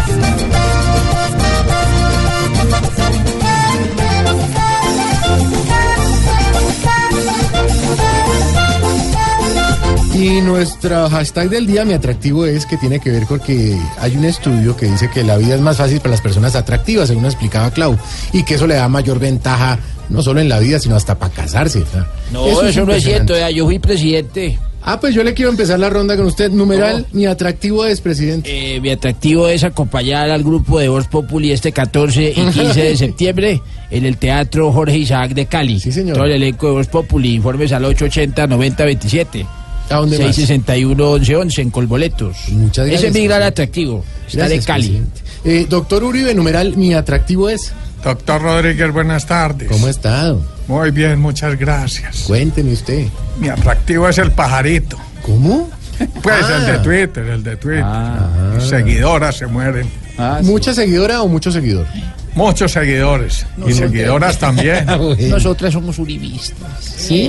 Speaker 6: Y nuestro hashtag del día, mi atractivo, es que tiene que ver con que hay un estudio que dice que la vida es más fácil para las personas atractivas, según explicaba Clau, y que eso le da mayor ventaja, no solo en la vida, sino hasta para casarse, ¿verdad?
Speaker 10: No, eso, eso no es cierto, ya, yo fui presidente.
Speaker 6: Ah, pues yo le quiero empezar la ronda con usted. Numeral, ¿cómo? Mi atractivo es, presidente.
Speaker 10: Eh, mi atractivo es acompañar al grupo de Voz Populi este catorce y quince de septiembre en el Teatro Jorge Isaac de Cali.
Speaker 6: Sí, señor.
Speaker 10: Todo el elenco de Voz Populi, informes al ocho ochenta noventa veintisiete.
Speaker 6: ¿A dónde
Speaker 10: seis sesenta y uno once once en Colboletos.
Speaker 6: Muchas gracias.
Speaker 10: Ese es mi gran atractivo. Está de Cali.
Speaker 6: Eh, doctor Uribe, numeral, mi atractivo es.
Speaker 17: Doctor Rodríguez, buenas tardes.
Speaker 6: ¿Cómo ha estado?
Speaker 17: Muy bien, muchas gracias.
Speaker 6: Cuénteme usted.
Speaker 17: Mi atractivo es el pajarito.
Speaker 6: ¿Cómo?
Speaker 17: Pues
Speaker 6: ah.
Speaker 17: el de Twitter, el de Twitter.
Speaker 6: Ah.
Speaker 17: Seguidoras se mueren.
Speaker 6: Ah, sí. ¿Mucha seguidora o mucho seguidor?
Speaker 17: Muchos seguidores. No, y seguidoras también.
Speaker 10: Bueno. Nosotras somos uribistas. ¿Sí?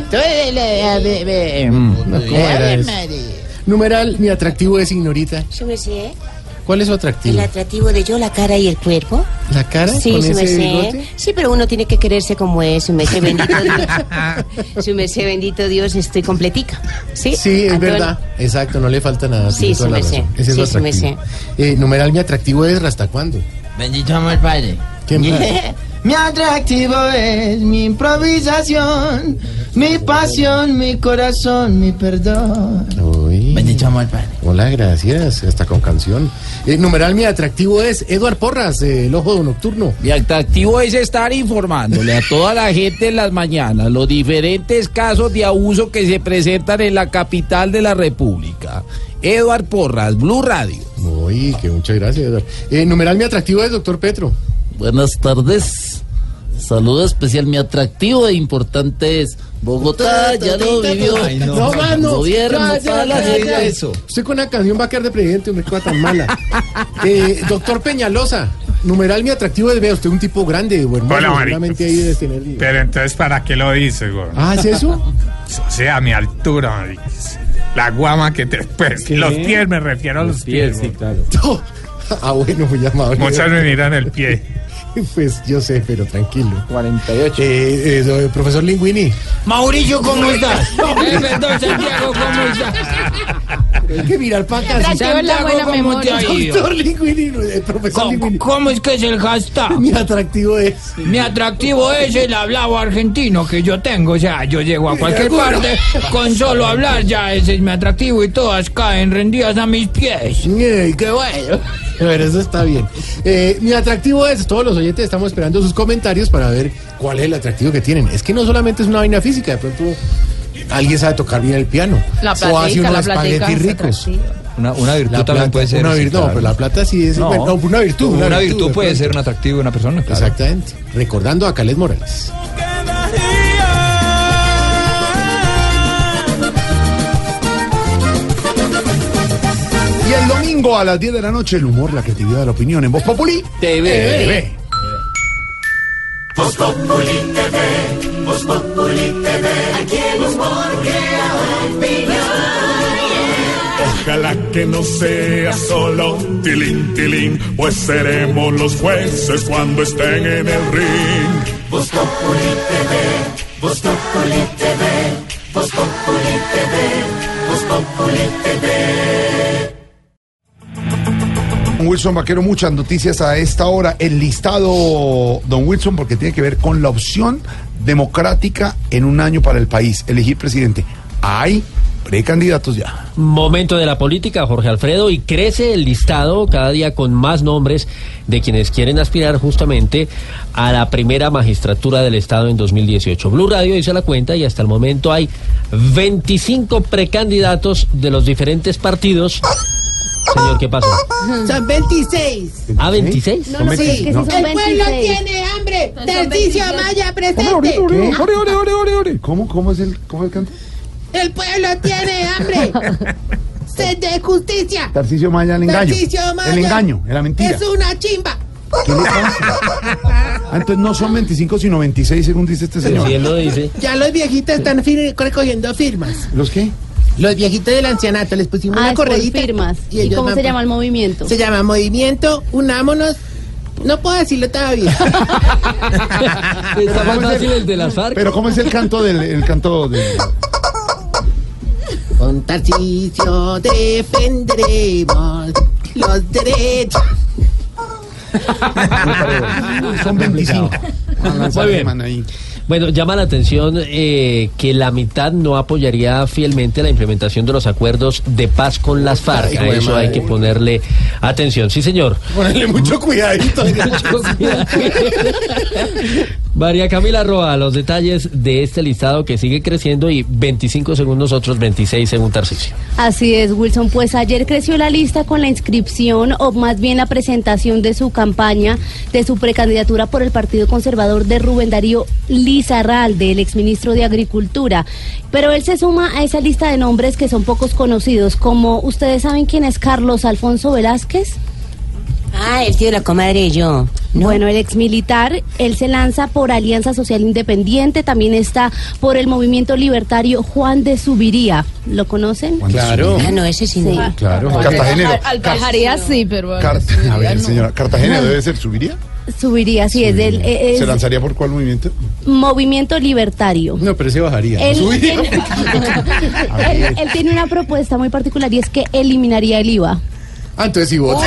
Speaker 6: ¿Cómo era eso? Numeral, mi atractivo es ignorita.
Speaker 16: ¿Se me sé?
Speaker 6: ¿Cuál es su atractivo?
Speaker 16: El atractivo de yo, la cara y el cuerpo.
Speaker 6: ¿La cara?
Speaker 16: Sí,
Speaker 6: ¿Con
Speaker 16: su
Speaker 6: ese
Speaker 16: merced.
Speaker 6: bigote?
Speaker 16: Sí, pero uno tiene que quererse como es, su merced, bendito Dios. Su merced, bendito Dios, estoy completica. Sí,
Speaker 6: sí, es
Speaker 16: Antonio.
Speaker 6: verdad. Exacto, no le falta nada.
Speaker 16: Sí, su merced.
Speaker 6: Ese es
Speaker 16: Sí,
Speaker 6: su
Speaker 16: su
Speaker 6: atractivo. Eh, numeral, mi atractivo es ¿hasta cuándo?
Speaker 10: Bendito amor, Padre.
Speaker 6: ¿Quién más?
Speaker 9: Mi atractivo es mi improvisación, mi pasión, mi corazón, mi perdón.
Speaker 6: Uy.
Speaker 10: Bendito amor, Padre.
Speaker 6: Hola, gracias. Hasta con canción. Eh, numeral, mi atractivo es Eduard Porras, eh, el ojo nocturno.
Speaker 10: Mi atractivo es estar informándole a toda la gente en las mañanas los diferentes casos de abuso que se presentan en la capital de la República. Eduard Porras, Blue Radio.
Speaker 6: Uy, que muchas gracias, Eduard. Eh, numeral, mi atractivo es doctor Petro.
Speaker 18: Buenas tardes. Saludo especial. Mi atractivo e importante es Bogotá, ya lo vivió.
Speaker 6: Ay, no, no, mano.
Speaker 18: Gobierno,
Speaker 6: Ya, ya,
Speaker 18: para la
Speaker 6: ya,
Speaker 18: gente.
Speaker 6: ya. Eso. Usted con una canción va a quedar de presidente, hombre, cosa tan mala. eh, doctor Peñalosa, numeral, mi atractivo es, vea, usted es un tipo grande, bueno,
Speaker 17: Hola,
Speaker 6: seguramente ahí debe tener.
Speaker 17: Pero entonces, ¿para qué lo dices, güey?
Speaker 6: Ah, ¿es eso?
Speaker 17: O sea, a mi altura, marica. La guama que te... Pues, ¿qué? Los pies, me refiero a los, los pies, pies sí,
Speaker 6: claro. Ah, bueno, muy amable.
Speaker 17: Muchas me miran el pie.
Speaker 6: Pues yo sé, pero tranquilo.
Speaker 10: cuarenta y ocho.
Speaker 6: Eh, eh, profesor Linguini.
Speaker 10: Mauricio, ¿cómo estás? eh, perdón, Santiago, ¿cómo estás?
Speaker 6: Hay que mirar para acá.
Speaker 10: Santiago, ¿cómo te ha ido?
Speaker 6: Doctor Linguini, el profesor
Speaker 10: ¿Cómo,
Speaker 6: Linguini.
Speaker 10: ¿Cómo es que es el hashtag?
Speaker 6: Mi atractivo es.
Speaker 10: Mi atractivo es el hablado argentino que yo tengo. O sea, yo llego a cualquier parte con solo hablar, ya ese es mi atractivo y todas caen rendidas a mis pies.
Speaker 6: ¡Ey, qué bueno! Pero eso está bien. Eh, mi atractivo es, todos los oyentes estamos esperando sus comentarios para ver cuál es el atractivo que tienen. Es que no solamente es una vaina física, de pronto alguien sabe tocar bien el piano.
Speaker 8: La platica,
Speaker 6: o hace unos
Speaker 8: la
Speaker 6: espaguetis ricos.
Speaker 7: Una, una virtud
Speaker 6: La
Speaker 7: también
Speaker 6: plata,
Speaker 7: puede ser.
Speaker 6: Una
Speaker 7: sí,
Speaker 6: virtud,
Speaker 7: claro.
Speaker 6: no, pero la plata sí es
Speaker 7: No,
Speaker 6: bueno, no, una virtud.
Speaker 7: Una,
Speaker 6: Una,
Speaker 7: virtud,
Speaker 6: virtud
Speaker 7: puede ser un atractivo de una persona. Claro.
Speaker 6: Exactamente. Recordando a Caled Morales.
Speaker 4: Y el domingo a las diez de la noche, el humor, la creatividad, la opinión en Voz Populi
Speaker 10: T V.
Speaker 4: T V.
Speaker 1: Voz Populi T V, Voz Populi T V, aquí el humor crea opinión. Ojalá que no sea solo tilín, tilín, pues seremos los jueces cuando estén en el ring. Voz Populi T V, Voz Populi T V, Voz Populi T V, Voz Populi T V.
Speaker 4: Wilson Vaquero, muchas noticias a esta hora. El listado, don Wilson, porque tiene que ver con la opción democrática en un año para el país, elegir presidente. hay precandidatos ya.
Speaker 11: Momento de la política, Jorge Alfredo, y crece el listado cada día con más nombres de quienes quieren aspirar justamente a la primera magistratura del Estado en dos mil dieciocho. Blue Radio hizo la cuenta y hasta el momento hay veinticinco precandidatos de los diferentes partidos. Señor, ¿qué pasó?
Speaker 19: Son veintiséis.
Speaker 11: ¿Ah, veintiséis?
Speaker 19: No, no, sí. Es que sí son el pueblo tiene hambre. Tarcisio Maya, presente.
Speaker 4: Ore, ore, ore, ore, ore. ¿Cómo, cómo es el, cómo es el canto?
Speaker 19: El pueblo tiene hambre. Sed de justicia.
Speaker 4: Tarcisio Maya, el engaño.
Speaker 19: Tarcisio Maya.
Speaker 4: El engaño, la mentira.
Speaker 19: Es una chimba.
Speaker 4: ¿Qué le pasa? Ah, entonces no son veinticinco, sino veintiséis, según dice este señor.
Speaker 11: Sí, él lo dice.
Speaker 19: Ya los viejitos están fir- recogiendo firmas.
Speaker 4: ¿Los qué?
Speaker 19: Los viejitos del ancianato, les pusimos
Speaker 14: Ah,
Speaker 19: una
Speaker 14: es por
Speaker 19: corredita.
Speaker 14: firmas. ¿Y
Speaker 19: ellos
Speaker 14: cómo
Speaker 19: van
Speaker 14: se
Speaker 19: por-
Speaker 14: llama el movimiento?
Speaker 19: Se llama Movimiento Unámonos. No puedo decirlo todavía.
Speaker 11: Está más fácil el de las FARC.
Speaker 4: Pero ¿cómo es el canto del el canto del
Speaker 19: Con Tarcisio defenderemos los derechos.
Speaker 4: Son veinticinco.
Speaker 11: Muy bien. Bueno, llama la atención eh, que la mitad no apoyaría fielmente la implementación de los acuerdos de paz con las FARC.
Speaker 4: Ay,
Speaker 11: A eso
Speaker 4: madre.
Speaker 11: hay que ponerle atención. Sí, señor.
Speaker 4: Ponerle mucho cuidadito.
Speaker 11: Mucho cuidado. María Camila Roa, los detalles de este listado que sigue creciendo y veinticinco según nosotros, veintiséis según Tarcisio.
Speaker 14: Así es, Wilson. Pues ayer creció la lista con la inscripción o más bien la presentación de su campaña, de su precandidatura por el Partido Conservador de Rubén Darío Lizarralde, el exministro de Agricultura. Pero él se suma a esa lista de nombres que son pocos conocidos, como ustedes saben quién es Carlos Alfonso Velázquez.
Speaker 16: Ah, el tío de la comadre y yo. ¿no?
Speaker 14: Bueno, el exmilitar, él se lanza por Alianza Social Independiente, también está por el Movimiento Libertario Juan de Subiría. ¿Lo conocen?
Speaker 4: Claro.
Speaker 16: Ah, no, ese sí no.
Speaker 14: Sí.
Speaker 4: Claro. Cartagenero.
Speaker 8: Alpajaría sí, pero...
Speaker 4: Car- a ver, señora, Cartagenero debe ser, ¿subiría?
Speaker 14: Subiría, sí, es del es
Speaker 4: ¿Se lanzaría por cuál movimiento?
Speaker 14: Movimiento Libertario.
Speaker 6: No, pero se bajaría.
Speaker 14: Él,
Speaker 4: ¿Subiría?
Speaker 14: él- él- él tiene una propuesta muy particular y es que eliminaría el I V A.
Speaker 6: Ah, entonces sí vota.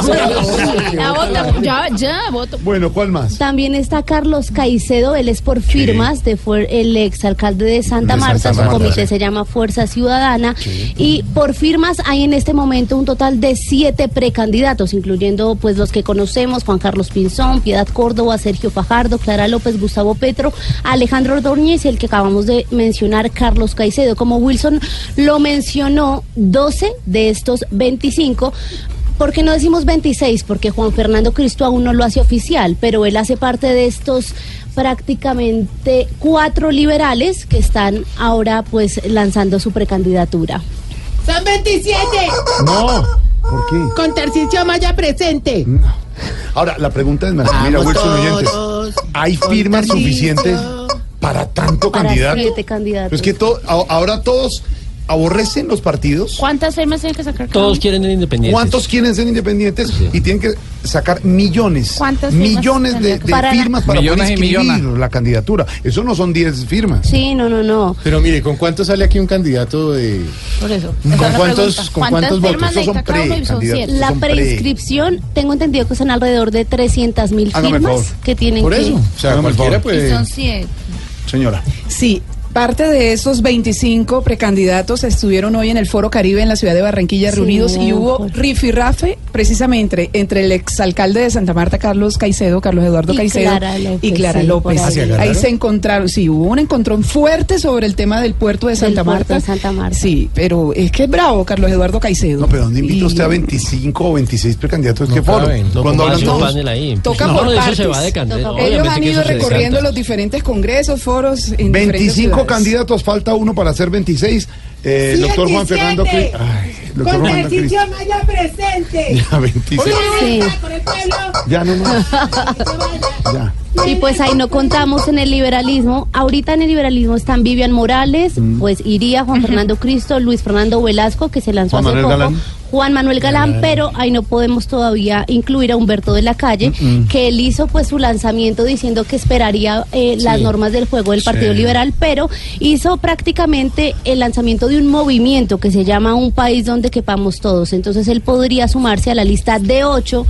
Speaker 8: Ya, vota, ya, ya, voto.
Speaker 4: Bueno, ¿cuál más?
Speaker 14: También está Carlos Caicedo, él es por firmas, de fuer- el exalcalde de Santa
Speaker 4: De
Speaker 14: Marta,
Speaker 4: Santa
Speaker 14: su
Speaker 4: Marta,
Speaker 14: comité
Speaker 4: sí.
Speaker 14: se llama Fuerza Ciudadana, y por firmas hay en este momento un total de siete precandidatos, incluyendo pues los que conocemos, Juan Carlos Pinzón, Piedad Córdoba, Sergio Fajardo, Clara López, Gustavo Petro, Alejandro Ordóñez y el que acabamos de mencionar, Carlos Caicedo. Como Wilson lo mencionó, doce de estos veinticinco. ¿Por qué no decimos veintiséis? Porque Juan Fernando Cristo aún no lo hace oficial, pero él hace parte de estos prácticamente cuatro liberales que están ahora pues lanzando su precandidatura.
Speaker 19: Son veintisiete.
Speaker 4: No. ¿Por qué?
Speaker 19: Con Tarcisio Maya presente.
Speaker 4: Ahora, la pregunta es, mira,
Speaker 19: Vamos
Speaker 4: Wilson, oyentes,
Speaker 19: todos
Speaker 4: ¿hay
Speaker 19: con
Speaker 4: firmas
Speaker 19: Tarcisio.
Speaker 4: suficientes para tanto
Speaker 14: Para
Speaker 4: candidato?
Speaker 14: siete candidatos.
Speaker 4: Pero es que to- a- ahora todos aborrecen los partidos.
Speaker 8: ¿Cuántas firmas tienen que sacar? cada
Speaker 11: Todos
Speaker 8: uno?
Speaker 11: quieren el independiente.
Speaker 4: ¿Cuántos quieren ser independientes? Y tienen que sacar millones,
Speaker 8: ¿Cuántas firmas
Speaker 4: millones de,
Speaker 8: tendría
Speaker 4: de
Speaker 8: que-
Speaker 14: Para la-
Speaker 4: firmas para
Speaker 17: Millones
Speaker 4: poder
Speaker 17: y
Speaker 4: inscribir
Speaker 17: millones.
Speaker 4: la candidatura. Eso no son diez firmas.
Speaker 14: Sí, no, no, no.
Speaker 6: Pero mire, ¿con cuánto sale aquí un candidato de...?
Speaker 8: Por eso.
Speaker 6: ¿Con
Speaker 8: Esa es la
Speaker 6: cuántos-
Speaker 8: pregunta.
Speaker 6: con
Speaker 8: ¿Cuántas
Speaker 6: cuántos votos?
Speaker 8: firmas
Speaker 4: Esos son
Speaker 8: necesita cada uno? Y son
Speaker 4: precandidatos.
Speaker 8: siete.
Speaker 14: La
Speaker 4: son pre-
Speaker 14: preinscripción, tengo entendido que son alrededor de trescientas mil
Speaker 4: Hágame el
Speaker 14: firmas
Speaker 4: favor.
Speaker 14: que tienen
Speaker 6: Por
Speaker 14: que...
Speaker 6: eso. O sea,
Speaker 4: Hágame el
Speaker 6: cualquiera
Speaker 4: favor.
Speaker 8: Y
Speaker 6: puede...
Speaker 8: son siete.
Speaker 4: Señora.
Speaker 5: Sí, parte de esos veinticinco precandidatos estuvieron hoy en el Foro Caribe en la ciudad de Barranquilla
Speaker 14: Sí,
Speaker 5: reunidos y hubo
Speaker 14: pues.
Speaker 5: rifirrafe precisamente entre el exalcalde de Santa Marta, Carlos Caicedo, Carlos Eduardo
Speaker 14: Y
Speaker 5: Caicedo,
Speaker 14: Clara López,
Speaker 5: y Clara
Speaker 14: sí,
Speaker 5: López.
Speaker 14: por ahí.
Speaker 6: ¿Ah, se
Speaker 5: Ahí
Speaker 6: agarraron?
Speaker 5: se encontraron, sí, hubo un encontrón fuerte sobre el tema del puerto de
Speaker 14: Del
Speaker 5: Santa
Speaker 14: puerto
Speaker 5: Marta.
Speaker 14: de Santa Marta.
Speaker 5: Sí, pero es que es bravo Carlos Eduardo Caicedo.
Speaker 4: No, pero ¿dónde invita
Speaker 5: Y-
Speaker 4: usted a veinticinco o veintiséis precandidatos?
Speaker 6: No
Speaker 4: ¿Qué foro?
Speaker 6: caben.
Speaker 11: No,
Speaker 4: Cuando
Speaker 11: ¿cómo
Speaker 4: hablan
Speaker 11: hace un
Speaker 4: todos.
Speaker 11: panel ahí?
Speaker 5: Toca
Speaker 11: no,
Speaker 5: por
Speaker 11: de eso
Speaker 5: partes.
Speaker 11: se va de candela.
Speaker 14: Toca-
Speaker 5: Ellos
Speaker 11: Obviamente
Speaker 5: han
Speaker 11: que
Speaker 5: ido
Speaker 11: eso se
Speaker 5: recorriendo
Speaker 11: descarta.
Speaker 5: los diferentes congresos, foros en diferentes
Speaker 4: veinticinco
Speaker 5: ciudades.
Speaker 4: candidatos, falta uno para ser veintiséis. Eh,
Speaker 19: Siete,
Speaker 4: doctor Juan Fernando
Speaker 19: siete.
Speaker 4: Cri- Ay, doctor
Speaker 19: Con
Speaker 4: Juan Fernando
Speaker 19: Tarcisio
Speaker 4: Cri-
Speaker 19: Maya presente.
Speaker 4: Ya, veintiséis.
Speaker 14: Sí.
Speaker 19: Con el pueblo.
Speaker 4: Ya, no más.
Speaker 19: Tarcisio Maya.
Speaker 4: Ya.
Speaker 14: Y pues ahí no contamos en el liberalismo. Ahorita en el liberalismo están Vivian Morales,
Speaker 4: Mm.
Speaker 14: pues iría Juan Fernando Cristo, Luis Fernando Velasco, que se lanzó
Speaker 4: Juan
Speaker 14: hace
Speaker 4: Manuel
Speaker 14: poco,
Speaker 4: Galán.
Speaker 14: Juan Manuel Galán, pero ahí no podemos todavía incluir a Humberto de la Calle,
Speaker 4: Mm-mm.
Speaker 14: que él hizo pues su lanzamiento diciendo que esperaría eh, las
Speaker 6: Sí.
Speaker 14: normas del juego del Partido
Speaker 6: Sí.
Speaker 14: Liberal, pero hizo prácticamente el lanzamiento de un movimiento que se llama Un País Donde Quepamos Todos. Entonces él podría sumarse a la lista de ocho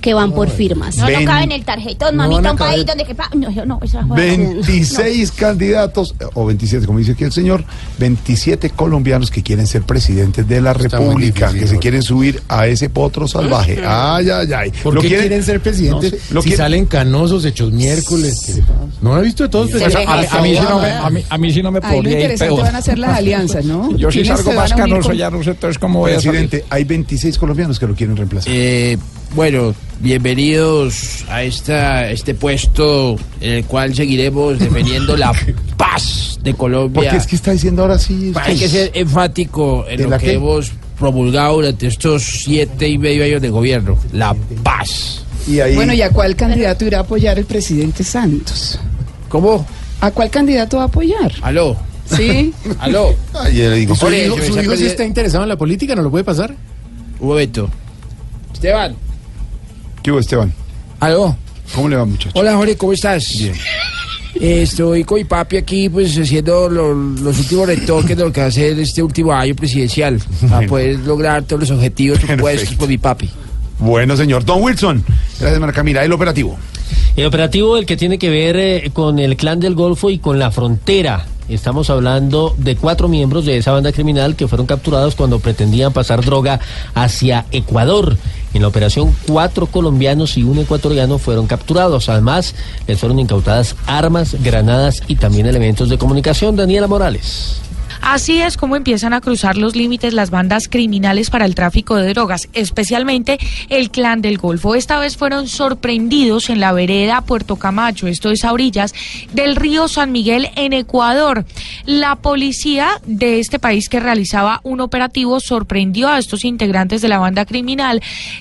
Speaker 20: que van por firmas.
Speaker 14: No,
Speaker 4: Ven-
Speaker 14: no cabe en el tarjetón,
Speaker 4: No
Speaker 14: mamita,
Speaker 4: van a
Speaker 14: un país
Speaker 4: caber.
Speaker 14: donde quepa. No, yo no, esa joda.
Speaker 4: veintiséis candidatos, o veintisiete, como dice aquí el señor, veintisiete colombianos que quieren ser presidentes de la
Speaker 6: Está muy
Speaker 4: República,
Speaker 6: difícil,
Speaker 4: que se
Speaker 6: Jorge.
Speaker 4: quieren subir a ese potro salvaje. Ay, ay, ay.
Speaker 6: ¿Por
Speaker 4: Lo
Speaker 6: qué quieren, ser presidentes?
Speaker 4: No sé, lo
Speaker 6: si
Speaker 4: quieren-
Speaker 6: salen canosos, hechos miércoles. ¿Qué le pasa? ¿No ha visto de todos?
Speaker 7: Pues a, a mí- a mí sí no me, a, mí, a mí sí no me
Speaker 5: Ahí lo
Speaker 7: podría ir
Speaker 5: interesante
Speaker 7: peor.
Speaker 5: van a ser las alianzas, ¿no?
Speaker 7: Yo sí
Speaker 5: ¿Quiénes
Speaker 7: salgo
Speaker 5: se
Speaker 7: más
Speaker 5: van a unir
Speaker 7: canoso
Speaker 5: con-
Speaker 7: ya, no sé entonces cómo voy a salir.
Speaker 4: Presidente, hay veintiséis colombianos que lo quieren reemplazar.
Speaker 10: Eh, bueno, bienvenidos a esta, este puesto en el cual seguiremos defendiendo la paz de Colombia.
Speaker 4: Porque es que está diciendo ahora sí.
Speaker 10: Hay que ser enfático en
Speaker 4: ¿De
Speaker 10: lo
Speaker 4: la
Speaker 10: que
Speaker 4: qué?
Speaker 10: hemos promulgado durante estos siete y medio años de gobierno. La paz.
Speaker 4: Y ahí...
Speaker 5: Bueno, ¿y a cuál candidato irá a apoyar el presidente Santos?
Speaker 10: ¿Cómo?
Speaker 5: ¿A cuál candidato va a apoyar?
Speaker 10: ¿Aló?
Speaker 5: ¿Sí?
Speaker 10: ¿Aló?
Speaker 4: Ay, ya le digo.
Speaker 6: ¿Su
Speaker 10: Jorge,
Speaker 6: hijo,
Speaker 10: se me
Speaker 6: su
Speaker 10: está
Speaker 6: hijo sí
Speaker 10: perdiendo-
Speaker 6: está interesado en la política? ¿No lo puede pasar?
Speaker 10: Un momento. Esteban.
Speaker 4: ¿Qué hubo, Esteban?
Speaker 10: ¿Aló?
Speaker 4: ¿Cómo le va, muchacho?
Speaker 10: Hola, Jorge, ¿cómo estás?
Speaker 4: Bien.
Speaker 10: Eh, estoy con mi papi aquí, pues, haciendo lo- los últimos retoques de lo que va a ser este último año presidencial, para
Speaker 4: Bueno.
Speaker 10: poder lograr todos los objetivos propuestos por mi papi.
Speaker 4: Bueno, señor. Don Wilson, gracias, Marca. Mira, el operativo.
Speaker 11: El operativo el que tiene que ver eh, con el Clan del Golfo y con la frontera. Estamos hablando de cuatro miembros de esa banda criminal que fueron capturados cuando pretendían pasar droga hacia Ecuador. En la operación, cuatro colombianos y un ecuatoriano fueron capturados. Además, les fueron incautadas armas, granadas y también elementos de comunicación. Daniela Morales.
Speaker 21: Así es como empiezan a cruzar los límites las bandas criminales para el tráfico de drogas, especialmente el Clan del Golfo. Esta vez fueron sorprendidos en la vereda Puerto Camacho, esto es a orillas del río San Miguel en Ecuador. La policía de este país que realizaba un operativo sorprendió a estos integrantes de la banda criminal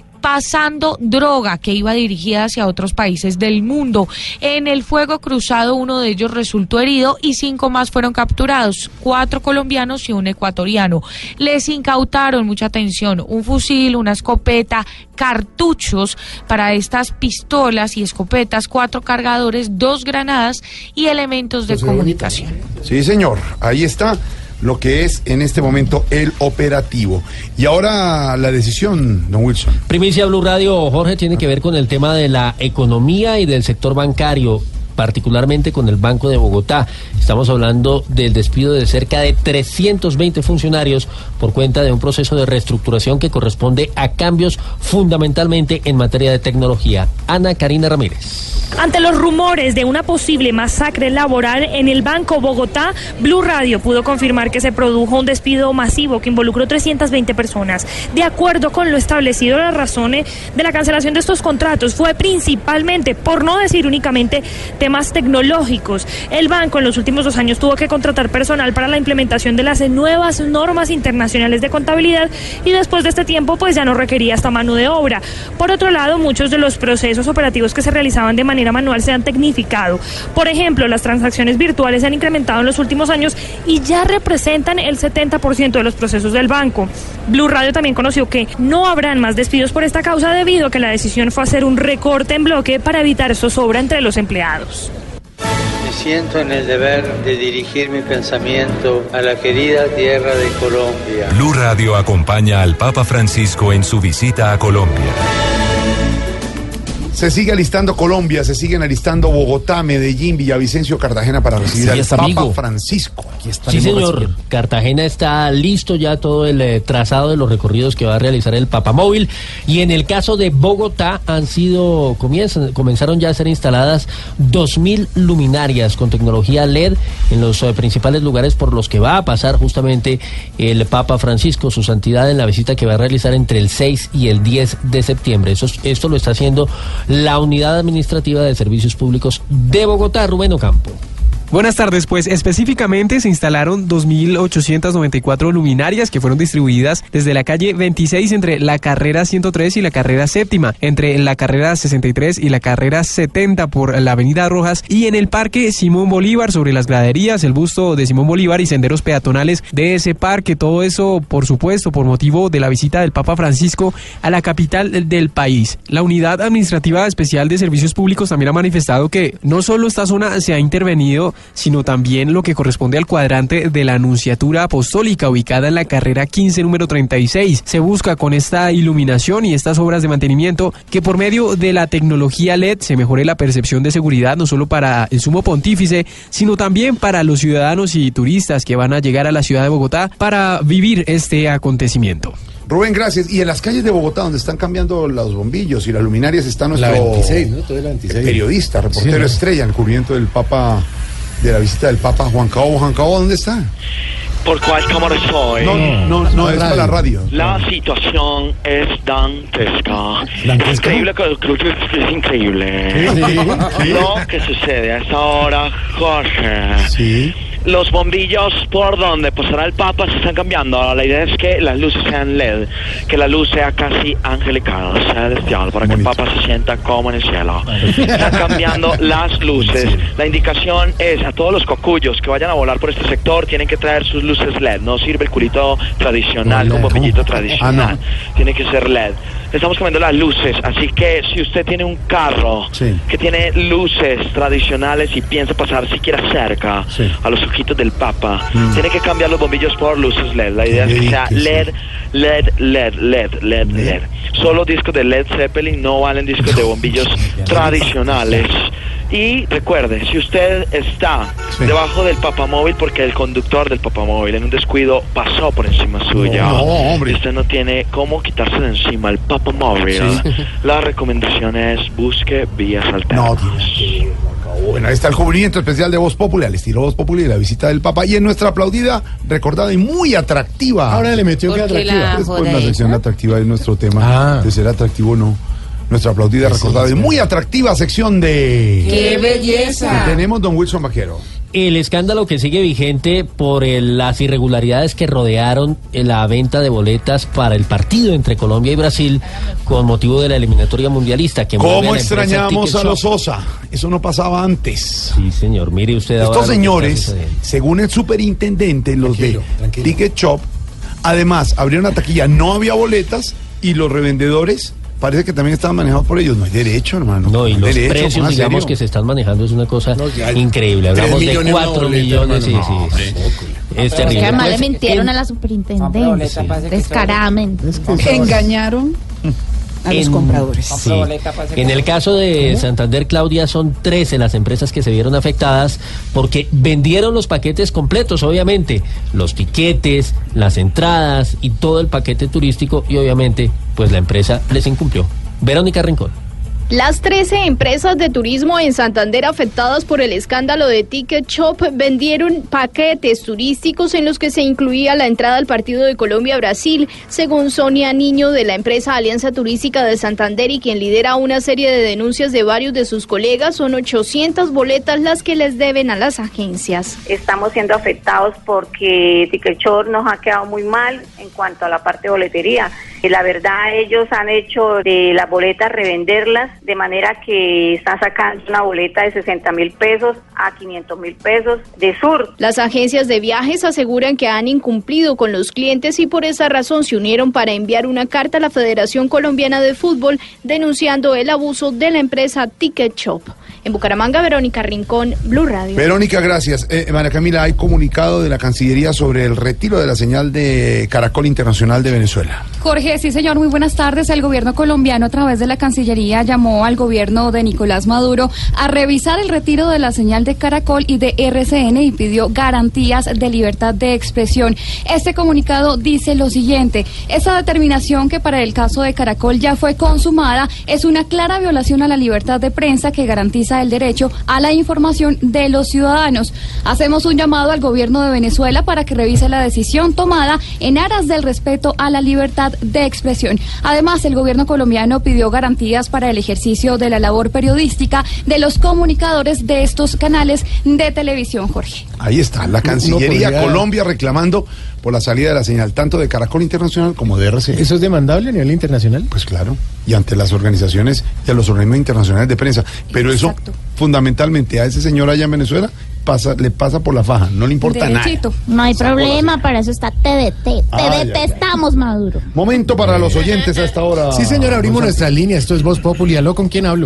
Speaker 21: pasando droga que iba dirigida hacia otros países del mundo. En el fuego cruzado, uno de ellos resultó herido y cinco más fueron capturados, cuatro colombianos y un ecuatoriano. Les incautaron, mucha atención, un fusil, una escopeta, cartuchos para estas pistolas y escopetas, cuatro cargadores, dos granadas y elementos de comunicación.
Speaker 4: Sí, señor. Ahí está lo que es en este momento el operativo. Y ahora la decisión, don Wilson.
Speaker 11: Primicia Blue Radio, Jorge, tiene que ver con el tema de la economía y del sector bancario, particularmente con el Banco de Bogotá. Estamos hablando del despido de cerca de trescientos veinte funcionarios por cuenta de un proceso de reestructuración que corresponde a cambios fundamentalmente en materia de tecnología. Ana Karina Ramírez.
Speaker 22: Ante los rumores de una posible masacre laboral en el Banco Bogotá, Blue Radio pudo confirmar que se produjo un despido masivo que involucró trescientas veinte personas. De acuerdo con lo establecido, las razones de la cancelación de estos contratos fue principalmente, por no decir únicamente, temas tecnológicos. El banco en los últimos dos años tuvo que contratar personal para la implementación de las nuevas normas internacionales de contabilidad y después de este tiempo pues ya no requería esta mano de obra. Por otro lado, muchos de los procesos operativos que se realizaban de manera manual se han tecnificado. Por ejemplo, las transacciones virtuales se han incrementado en los últimos años y ya representan el setenta por ciento de los procesos del banco. Blue Radio también conoció que no habrán más despidos por esta causa debido a que la decisión fue hacer un recorte en bloque para evitar zozobra entre los empleados.
Speaker 23: Me siento en el deber de dirigir mi pensamiento a la querida tierra de Colombia.
Speaker 24: Blue Radio acompaña al Papa Francisco en su visita a Colombia.
Speaker 4: Se sigue alistando Colombia, se siguen alistando Bogotá, Medellín, Villavicencio, Cartagena para recibir
Speaker 11: Así
Speaker 4: al
Speaker 11: es,
Speaker 4: Papa
Speaker 11: amigo.
Speaker 4: Francisco. Aquí está.
Speaker 11: Sí, señor. Cartagena está listo ya todo el eh, trazado de los recorridos que va a realizar el Papamóvil. Y en el caso de Bogotá han sido, comienzan, comenzaron ya a ser instaladas dos mil luminarias con tecnología L E D en los eh, principales lugares por los que va a pasar justamente el Papa Francisco, su santidad, en la visita que va a realizar entre el seis y el diez de septiembre. Eso, esto lo está haciendo la Unidad Administrativa de Servicios Públicos de Bogotá. Rubén Ocampo.
Speaker 25: Buenas tardes, pues específicamente se instalaron dos mil ochocientas noventa y cuatro luminarias que fueron distribuidas desde la calle veintiséis entre la carrera ciento tres y la carrera séptima, entre la carrera sesenta y tres y la carrera setenta por la avenida Rojas y en el parque Simón Bolívar sobre las graderías, el busto de Simón Bolívar y senderos peatonales de ese parque. Todo eso, por supuesto, por motivo de la visita del Papa Francisco a la capital del país. La Unidad Administrativa Especial de Servicios Públicos también ha manifestado que no solo esta zona se ha intervenido sino también lo que corresponde al cuadrante de la Nunciatura Apostólica, ubicada en la carrera quince, número treinta y seis. Se busca con esta iluminación y estas obras de mantenimiento que por medio de la tecnología L E D se mejore la percepción de seguridad, no solo para el Sumo Pontífice, sino también para los ciudadanos y turistas que van a llegar a la ciudad de Bogotá para vivir este acontecimiento.
Speaker 4: Rubén, gracias. Y en las calles de Bogotá, donde están cambiando los bombillos y las luminarias, está nuestro
Speaker 6: la veintiséis, ¿no? Todo la veintiséis.
Speaker 4: Periodista, reportero, sí, ¿no? Estrella, en el cubrimiento del Papa, de la visita del Papa Juan Cabo. Juan Cabo, ¿dónde está?
Speaker 2: ¿Por cuál cámara soy?
Speaker 4: No, no, no, no es para la radio.
Speaker 2: La situación es dantesca. ¿Dantesca? Es increíble, creo que es increíble.
Speaker 4: Sí, sí.
Speaker 2: Lo que sucede a esta hora, Jorge.
Speaker 4: Sí.
Speaker 2: Los bombillos por donde pasará el Papa se están cambiando. La idea es que las luces sean L E D, que la luz sea casi angelical, celestial, para que el Papa se sienta como en el cielo. Están cambiando las luces. La indicación es a todos los cocuyos que vayan a volar por este sector, tienen que traer sus luces L E D. No sirve el culito tradicional, con bombillito tradicional. Tiene que ser L E D. Estamos cambiando las luces, así que si usted tiene un carro sí. que tiene luces tradicionales y piensa pasar siquiera cerca sí. a los ojitos del Papa, mm. tiene que cambiar los bombillos por luces L E D. La idea es que sea L E D, L E D, L E D, L E D, L E D, L E D. Solo discos de Led Zeppelin, no valen discos de bombillos tradicionales. Y recuerde, si usted está sí. debajo del papamóvil porque el conductor del papamóvil en un descuido pasó por encima suya, no, no, hombre. y usted no tiene cómo quitarse de encima el papamóvil, sí. la recomendación es busque vías alternas.
Speaker 4: No, bueno, ahí está el cubrimiento especial de Voz Populi, al estilo Voz Populi, la visita del Papa, y en nuestra aplaudida, recordada y muy atractiva.
Speaker 6: Ahora le metió que atractiva.
Speaker 4: Después la sección de atractiva es nuestro tema, ah. de ser atractivo o no. Nuestra aplaudida, sí, recordada sí, sí. y muy atractiva sección de...
Speaker 16: ¡Qué belleza!
Speaker 4: Y tenemos don Wilson Vaquero.
Speaker 11: El escándalo que sigue vigente por el, las irregularidades que rodearon la venta de boletas para el partido entre Colombia y Brasil con motivo de la eliminatoria mundialista. Que
Speaker 4: ¿Cómo extrañamos a los Sosa? Eso no pasaba antes.
Speaker 11: Sí, señor. Mire usted ahora.
Speaker 4: Estos señores, según el superintendente, los tranquilo, de tranquilo. Ticket Shop, además abrieron la taquilla, no había boletas y los revendedores... Parece que también estaban manejados por ellos. No hay derecho, hermano.
Speaker 11: No, y
Speaker 4: no
Speaker 11: los
Speaker 4: derecho,
Speaker 11: precios, digamos, serio? que se están manejando es una cosa no, increíble. Hablamos de cuatro millones. Sí, sí, sí. Es terrible.
Speaker 8: Es que además
Speaker 11: pues,
Speaker 8: le mintieron
Speaker 11: en,
Speaker 8: a la superintendencia. Sí. Descaradamente.
Speaker 5: Engañaron a los
Speaker 11: en,
Speaker 5: compradores.
Speaker 11: Sí. En el caso de Santander, Claudia, son trece las empresas que se vieron afectadas porque vendieron los paquetes completos, obviamente, los tiquetes, las entradas y todo el paquete turístico, y obviamente pues la empresa les incumplió. Verónica Rincón.
Speaker 3: Las trece empresas de turismo en Santander afectadas por el escándalo de Ticket Shop vendieron paquetes turísticos en los que se incluía la entrada al partido de Colombia-Brasil, según Sonia Niño de la empresa Alianza Turística de Santander y quien lidera una serie de denuncias de varios de sus colegas. Son ochocientas boletas las que les deben a las agencias.
Speaker 12: Estamos siendo afectados porque Ticket Shop nos ha quedado muy mal en cuanto a la parte de boletería. La verdad, ellos han hecho de las boletas revenderlas, de manera que están sacando una boleta de sesenta mil pesos a quinientos mil pesos de Sur.
Speaker 3: Las agencias de viajes aseguran que han incumplido con los clientes y por esa razón se unieron para enviar una carta a la Federación Colombiana de Fútbol denunciando el abuso de la empresa Ticket Shop. En Bucaramanga, Verónica Rincón, Blue Radio.
Speaker 4: Verónica, gracias. Eh, María Camila, hay comunicado de la Cancillería sobre el retiro de la señal de Caracol Internacional de Venezuela.
Speaker 14: Jorge, sí señor, muy buenas tardes. El gobierno colombiano a través de la Cancillería llamó al gobierno de Nicolás Maduro a revisar el retiro de la señal de Caracol y de R C N y pidió garantías de libertad de expresión. Este comunicado dice lo siguiente: esa determinación, que para el caso de Caracol ya fue consumada, es una clara violación a la libertad de prensa que garantiza el derecho a la información de los ciudadanos. Hacemos un llamado al gobierno de Venezuela para que revise la decisión tomada en aras del respeto a la libertad de expresión. Además, el gobierno colombiano pidió garantías para el ejercicio de la labor periodística de los comunicadores de estos canales de televisión, Jorge.
Speaker 4: Ahí está, la Cancillería podría... Colombia reclamando por la salida de la señal tanto de Caracol Internacional como de R C N.
Speaker 6: ¿Eso es demandable a nivel internacional?
Speaker 4: Pues claro, y ante las organizaciones y a los organismos internacionales de prensa. Pero Exacto. eso, fundamentalmente, a ese señor allá en Venezuela pasa, le pasa por la faja, no le importa
Speaker 8: Derechito.
Speaker 4: nada.
Speaker 8: No hay problema, para eso está T D T. Te ay, detestamos, ay, ay. Maduro.
Speaker 4: Momento para los oyentes a esta hora.
Speaker 6: Sí, señor, abrimos nuestra línea. Esto es Voz Populi. ¿Aló? ¿Con quién hablo?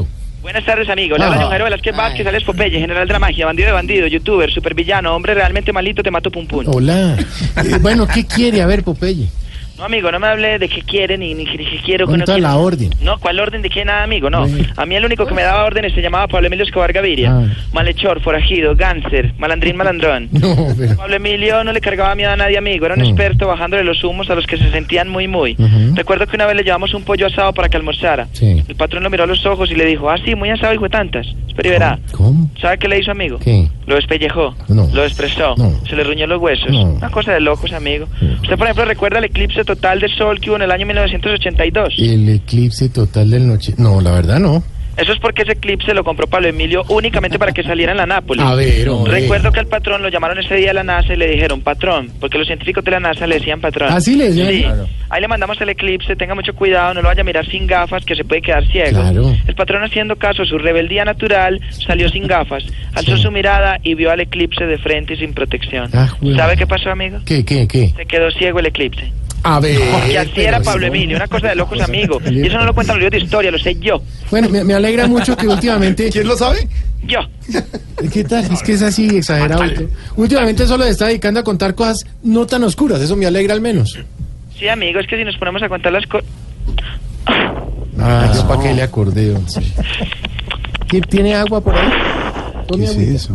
Speaker 2: Buenas tardes, amigo. Le habla John Jairo Velázquez Vázquez, alias Popeye, general de la magia, bandido de bandido, youtuber, supervillano, hombre realmente malito, te mato pum pum.
Speaker 6: Hola. Eh, bueno, ¿qué quiere? A ver, Popeye.
Speaker 2: No, amigo, no me hable de qué quiere ni, ni, ni qué quiero.
Speaker 6: Cuenta
Speaker 2: no
Speaker 6: la orden.
Speaker 2: No, ¿cuál orden de qué? Nada, amigo, no. Bueno. A mí el único que me daba órdenes se llamaba Pablo Emilio Escobar Gaviria. Ah. Malhechor, forajido, gánster, malandrín, malandrón. No, pero... Pablo Emilio no le cargaba miedo a nadie, amigo. Era un no. experto bajándole los humos a los que se sentían muy, muy. Uh-huh. Recuerdo que una vez le llevamos un pollo asado para que almorzara. Sí. El patrón lo miró a los ojos y le dijo, ah, sí, muy asado, hijo de tantas. Espera y verá.
Speaker 6: ¿Cómo?
Speaker 2: ¿Sabe qué le hizo, amigo?
Speaker 6: ¿Qué?
Speaker 2: Lo despellejó,
Speaker 6: no.
Speaker 2: lo despresó, no. se le ruñó los huesos. No. Una cosa de locos, amigo. No. Usted, por ejemplo, recuerda el eclipse total de sol que hubo en el año mil novecientos ochenta y dos.
Speaker 6: El eclipse total del noche. No, la verdad no.
Speaker 2: Eso es porque ese eclipse lo compró Pablo Emilio únicamente para que saliera en la Nápoles.
Speaker 6: A ver, hombre.
Speaker 2: Recuerdo que al patrón lo llamaron ese día a la NASA y le dijeron, patrón, porque los científicos de la NASA le decían patrón.
Speaker 6: ¿Ah, sí le decían?
Speaker 2: Sí.
Speaker 6: Claro.
Speaker 2: Ahí le mandamos el eclipse, tenga mucho cuidado, no lo vaya a mirar sin gafas, que se puede quedar ciego.
Speaker 6: Claro.
Speaker 2: El patrón, haciendo caso a su rebeldía natural, salió sin gafas, alzó sí. su mirada y vio al eclipse de frente y sin protección.
Speaker 6: Ah, bueno.
Speaker 2: ¿Sabe qué pasó, amigo?
Speaker 6: ¿Qué, qué, qué?
Speaker 2: Se quedó ciego el eclipse.
Speaker 6: A ver.
Speaker 2: Porque así era Pablo Emilio, una cosa de locos, amigo. Y eso no lo cuentan los libros de historia, lo sé yo.
Speaker 6: Bueno, me, me alegra mucho que últimamente...
Speaker 4: ¿Quién lo sabe?
Speaker 2: Yo.
Speaker 6: ¿Qué tal? Es que es así, exagerado. Últimamente solo le está dedicando a contar cosas no tan oscuras, eso me alegra al menos.
Speaker 2: Sí, amigo, es que si nos ponemos a contar las cosas...
Speaker 6: Ah, yo para qué le acordé, once. ¿Tiene agua por ahí?
Speaker 4: ¿Qué es eso?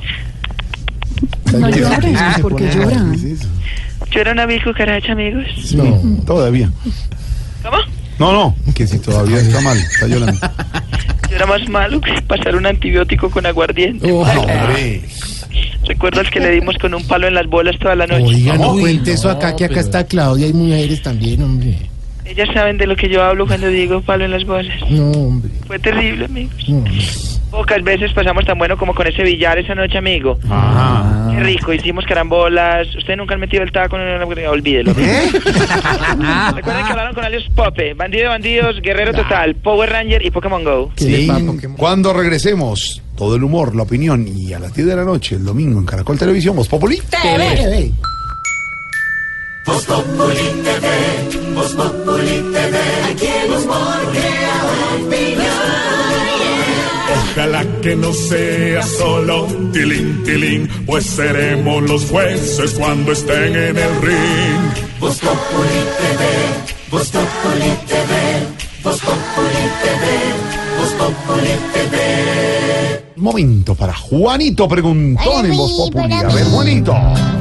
Speaker 5: No llores, porque lloran.
Speaker 4: ¿Qué es eso?
Speaker 2: ¿Yo era una vil cucaracha, amigos?
Speaker 4: No, todavía.
Speaker 2: ¿Cómo?
Speaker 4: No, no, que si todavía está mal, está llorando.
Speaker 2: Yo era más malo que pasar un antibiótico con aguardiente.
Speaker 4: Oh, hombre.
Speaker 2: ¿Recuerdas que le dimos con un palo en las bolas toda la noche?
Speaker 6: Oiga, no cuente eso acá, que acá está Claudia y mujeres también, hombre.
Speaker 2: Ellas saben de lo que yo hablo cuando digo palo en las bolas.
Speaker 6: No, hombre.
Speaker 2: Fue terrible, amigos.
Speaker 6: No.
Speaker 2: Pocas veces pasamos tan bueno como con ese billar esa noche, amigo.
Speaker 4: Ah.
Speaker 2: Qué rico, hicimos carambolas. Ustedes nunca han metido el taco, no, no, no, olvídelo. ¿Eh? Recuerden que hablaron con alias Pope, bandido de bandidos, guerrero total, Power Ranger y Pokémon Go.
Speaker 4: Sí, cuando regresemos, todo el humor, la opinión y a las diez de la noche, el domingo en Caracol Televisión, Voz Populi T V.
Speaker 1: Voz Populi T V, Voz Populi T V, aquí el humor crea opinión. Ojalá que no sea solo tilín, tilín, pues seremos los jueces cuando estén en el ring. Voz Populi T V, Voz Populi T V, Voz Populi T V, Voz Populi T V.
Speaker 4: Momento para Juanito Preguntón en Voz Populi. A ver, Juanito.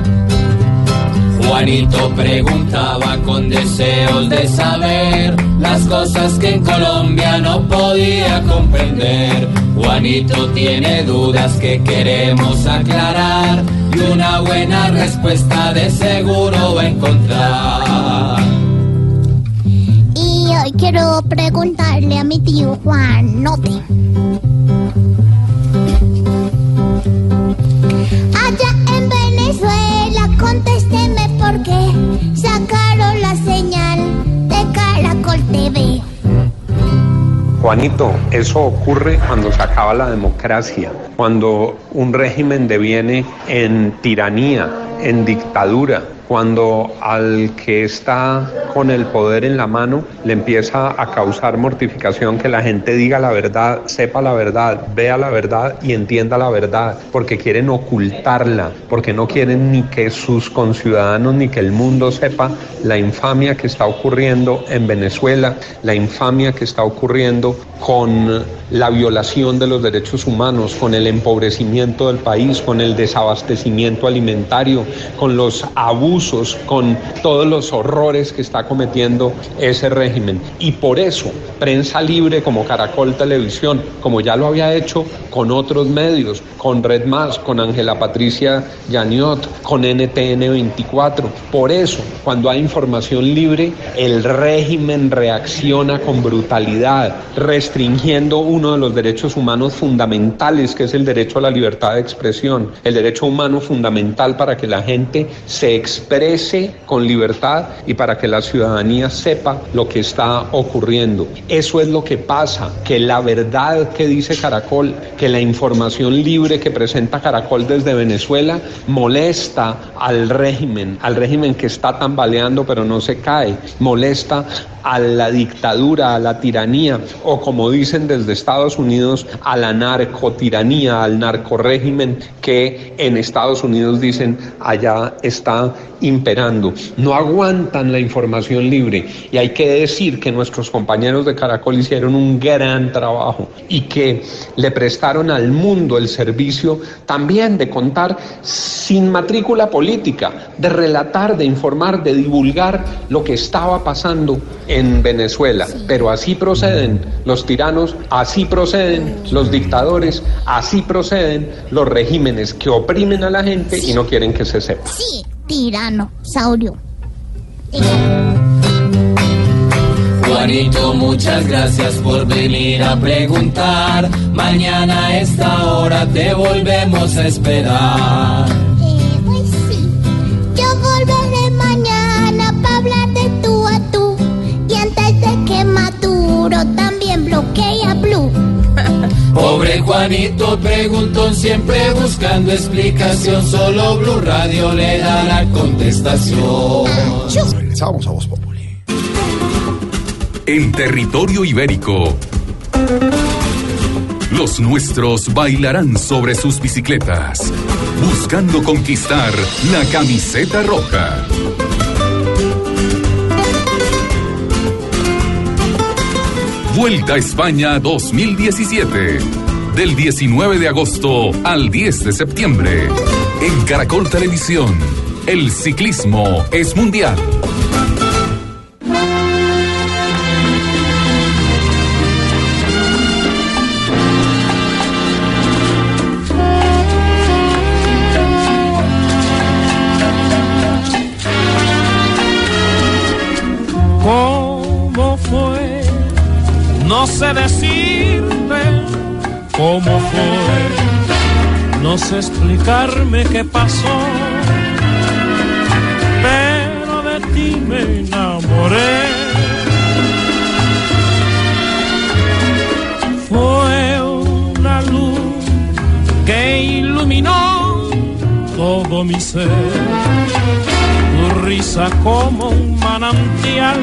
Speaker 9: Juanito preguntaba con deseos de saber las cosas que en Colombia no podía comprender. Juanito tiene dudas que queremos aclarar y una buena respuesta de seguro va a encontrar.
Speaker 13: Y hoy quiero preguntarle a mi tío Juanote. Allá en Venezuela, contésteme por qué sacaron la señal de Caracol T V.
Speaker 15: Juanito, eso ocurre cuando se acaba la democracia, cuando un régimen deviene en tiranía, en dictadura, cuando al que está con el poder en la mano le empieza a causar mortificación que la gente diga la verdad, sepa la verdad, vea la verdad y entienda la verdad, porque quieren ocultarla, porque no quieren ni que sus conciudadanos ni que el mundo sepa la infamia que está ocurriendo en Venezuela, la infamia que está ocurriendo con la violación de los derechos humanos, con el empobrecimiento del país, con el desabastecimiento alimentario, con los abusos, con todos los horrores que está cometiendo ese régimen. Y por eso, Prensa Libre como Caracol Televisión, como ya lo había hecho con otros medios, con Red Más, con Ángela Patricia Yaniot, con N T N veinticuatro, por eso, cuando hay información libre, el régimen reacciona con brutalidad, restringiendo uno de los derechos humanos fundamentales, que es el derecho a la libertad de expresión, el derecho humano fundamental para que la gente se exprese exprese con libertad y para que la ciudadanía sepa lo que está ocurriendo. Eso es lo que pasa, que la verdad que dice Caracol, que la información libre que presenta Caracol desde Venezuela molesta al régimen, al régimen que está tambaleando pero no se cae, molesta a la dictadura, a la tiranía, o como dicen desde Estados Unidos, a la narcotiranía, al narcorrégimen que en Estados Unidos dicen allá está imperando. No aguantan la información libre y hay que decir que nuestros compañeros de Caracol hicieron un gran trabajo y que le prestaron al mundo el servicio también de contar sin matrícula política, de relatar, de informar, de divulgar lo que estaba pasando en Venezuela. Pero así proceden los tiranos, así proceden los dictadores, así proceden los regímenes que oprimen a la gente y no quieren que se sepa.
Speaker 13: Sí, tiranosaurio.
Speaker 9: Juanito, muchas gracias por venir a preguntar. Mañana a esta hora te volvemos a esperar.
Speaker 13: Eh, pues sí, yo volveré mañana para hablar de tú a tú. Y antes de que Maduro también bloquee a Blue.
Speaker 9: Pobre Juanito preguntón, siempre buscando explicación. Solo Blue Radio le da la contestación.
Speaker 4: Regresamos a Voz Populi.
Speaker 7: En territorio ibérico, los nuestros bailarán sobre sus bicicletas, buscando conquistar la camiseta roja. Vuelta a España dos mil diecisiete, del diecinueve de agosto al diez de septiembre. En Caracol Televisión, el ciclismo es mundial.
Speaker 17: ¿Cómo fue? No sé decirte cómo fue, no sé explicarme qué pasó, pero de ti me enamoré. Fue una luz que iluminó todo mi ser, tu risa como un manantial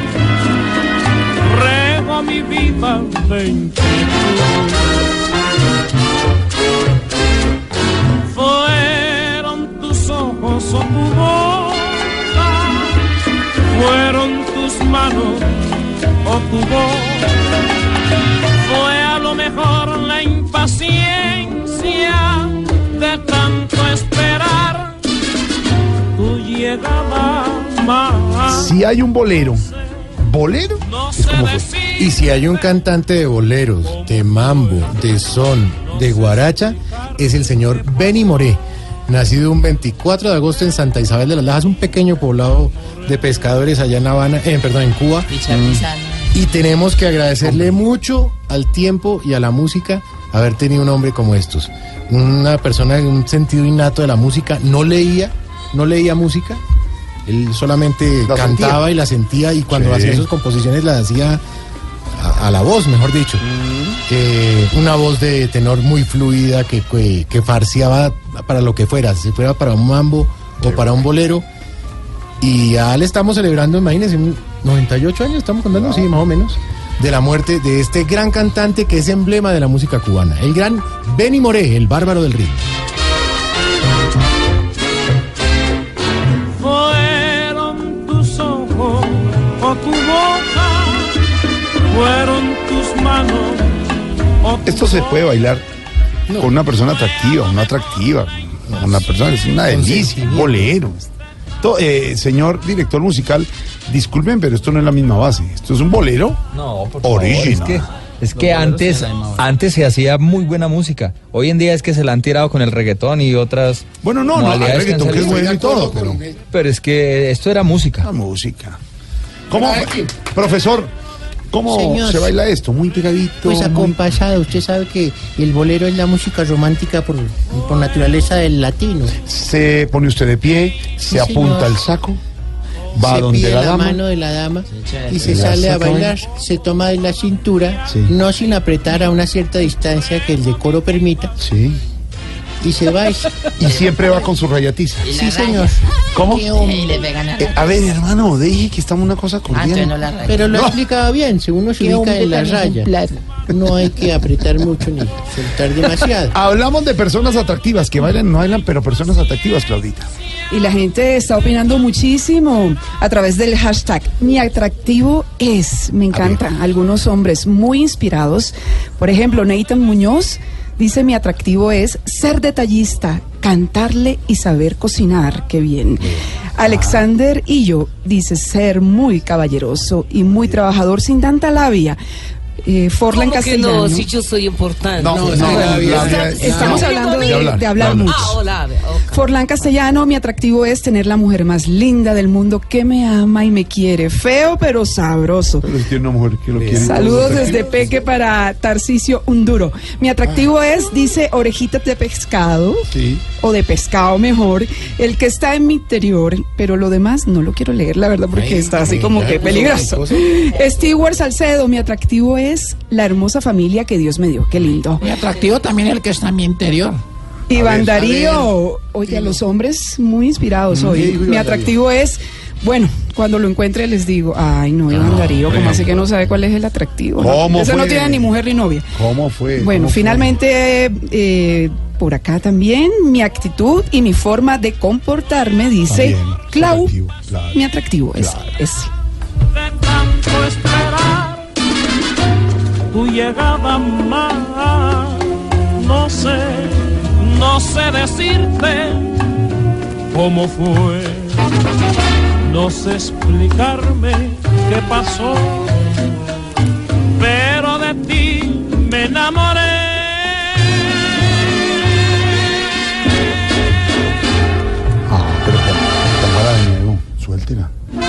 Speaker 17: regó mi vida de inquietud. Fueron tus ojos o tu boca, fueron tus manos o tu voz, fue a lo mejor la impaciencia de tanto esperar tu llegada más.
Speaker 4: Si hay un bolero, bolero es como fue.
Speaker 6: Y si hay un cantante de boleros, de mambo, de son, de guaracha, es el señor Benny Moré, nacido un veinticuatro de agosto en Santa Isabel de las Lajas, un pequeño poblado de pescadores allá en Habana, eh, perdón, en Cuba. Mm. Y tenemos que agradecerle mucho al tiempo y a la música haber tenido un hombre como estos. Una persona de un sentido innato de la música, no leía, no leía música. Él solamente la cantaba sentía. y la sentía, y cuando sí. hacía sus composiciones las hacía a, a la voz, mejor dicho. Mm. Eh, una voz de tenor muy fluida que, que, que farseaba para lo que fuera, si fuera para un mambo sí. o para un bolero. Y ya le estamos celebrando, imagínense, noventa y ocho años, estamos contando, wow. sí, más o menos, de la muerte de este gran cantante que es emblema de la música cubana, el gran Benny Moré, el bárbaro del ritmo.
Speaker 17: Tu boca, fueron tus manos.
Speaker 4: Esto se puede bailar no. con una persona atractiva, no atractiva, no. una persona que es una delicia, un bolero. Todo, eh, señor director musical, disculpen, pero esto no es la misma base. ¿Esto es un bolero?
Speaker 18: No, por favor, es que, es que antes, antes se hacía muy buena música. Hoy en día es que se la han tirado con el reggaetón y otras.
Speaker 4: Bueno, no, no, el reggaetón que es bueno y todo, pero.
Speaker 18: Pero es que esto era música.
Speaker 4: La música. ¿Cómo? Profesor, ¿Cómo
Speaker 10: Señor.
Speaker 4: se baila esto? Muy pegadito.
Speaker 10: Pues
Speaker 4: muy...
Speaker 10: acompasado. Usted sabe que el bolero es la música romántica por, por naturaleza del latino.
Speaker 4: Se pone usted de pie,
Speaker 10: Sí,
Speaker 4: se apunta
Speaker 10: señor.
Speaker 4: al saco, va
Speaker 10: se
Speaker 4: donde
Speaker 10: pide
Speaker 4: la
Speaker 10: la
Speaker 4: dama.
Speaker 10: mano de la dama y se
Speaker 4: la
Speaker 10: sale a
Speaker 4: saca
Speaker 10: bailar, se toma de la cintura,
Speaker 4: Sí.
Speaker 10: no sin apretar a una cierta distancia que el decoro permita.
Speaker 4: Sí.
Speaker 10: Y se va. Y,
Speaker 4: y siempre va con su rayatiza.
Speaker 10: Sí, señor.
Speaker 4: ¿Cómo?
Speaker 10: Qué hombre.
Speaker 4: Eh, a ver, hermano, dije que estamos una cosa cordial.
Speaker 10: Pero lo
Speaker 4: No.
Speaker 10: explicaba bien, según uno se
Speaker 4: Qué
Speaker 10: ubica
Speaker 4: hombre
Speaker 10: en la
Speaker 4: tan
Speaker 10: raya.
Speaker 4: ejemplar.
Speaker 10: No hay que apretar mucho ni soltar demasiado.
Speaker 4: Hablamos de personas atractivas, que bailan, no bailan, pero personas atractivas, Claudita.
Speaker 5: Y la gente está opinando muchísimo a través del hashtag Mi atractivo es. Me encanta. Algunos hombres muy inspirados. Por ejemplo, Nathan Muñoz dice: mi atractivo es ser detallista, cantarle y saber cocinar. Qué bien. Alexander Illo dice ser muy caballeroso y muy trabajador sin tanta labia. Eh, Forlan
Speaker 19: ¿Cómo que
Speaker 5: Castellano.
Speaker 19: no? Si yo soy importante.
Speaker 5: No, no, no, labia, estamos hablando de,
Speaker 19: de hablar,
Speaker 5: de hablar mucho.
Speaker 19: Ah, oh, labia, ok.
Speaker 5: Forlán Castellano, mi atractivo es tener la mujer más linda del mundo que me ama y me quiere. Feo pero sabroso.
Speaker 4: Pero si tiene una mujer que lo quiere.
Speaker 5: Saludos desde Peque para Tarcisio Unduro. Mi atractivo es, dice, orejitas de pescado.
Speaker 4: Sí.
Speaker 5: O de pescado mejor, el que está en mi interior, pero lo demás no lo quiero leer, la verdad, porque
Speaker 10: Ay,
Speaker 5: está así
Speaker 10: ay,
Speaker 5: como
Speaker 10: ya,
Speaker 5: que
Speaker 10: pues,
Speaker 5: peligroso. Stewart Salcedo, mi atractivo es la hermosa familia que Dios me dio, qué lindo.
Speaker 10: Mi atractivo también es el que está en mi interior.
Speaker 5: Iván
Speaker 10: ver,
Speaker 5: Darío, oye, a los hombres muy inspirados
Speaker 10: Mm,
Speaker 5: hoy.
Speaker 10: ¿qué dijo
Speaker 5: Mi
Speaker 10: Iván
Speaker 5: atractivo es, bueno, cuando lo encuentre les digo, ay no, Iván Darío, como así que no sabe cuál es el atractivo. ¿no?
Speaker 4: ¿Cómo
Speaker 5: Ese no
Speaker 4: fue?
Speaker 5: tiene ni mujer ni novia.
Speaker 4: ¿Cómo fue?
Speaker 5: Bueno,
Speaker 4: ¿Cómo fue?
Speaker 5: finalmente, eh, por acá también, mi actitud y mi forma de comportarme, dice
Speaker 4: También,
Speaker 5: Clau,
Speaker 4: atractivo, claro.
Speaker 5: mi atractivo es, es.
Speaker 17: Tanto esperar tu llegada más, no sé, no sé decirte cómo fue, no sé explicarme qué pasó, pero de ti me enamoré.
Speaker 4: Ah, pero cámara de nuevo, suéltela.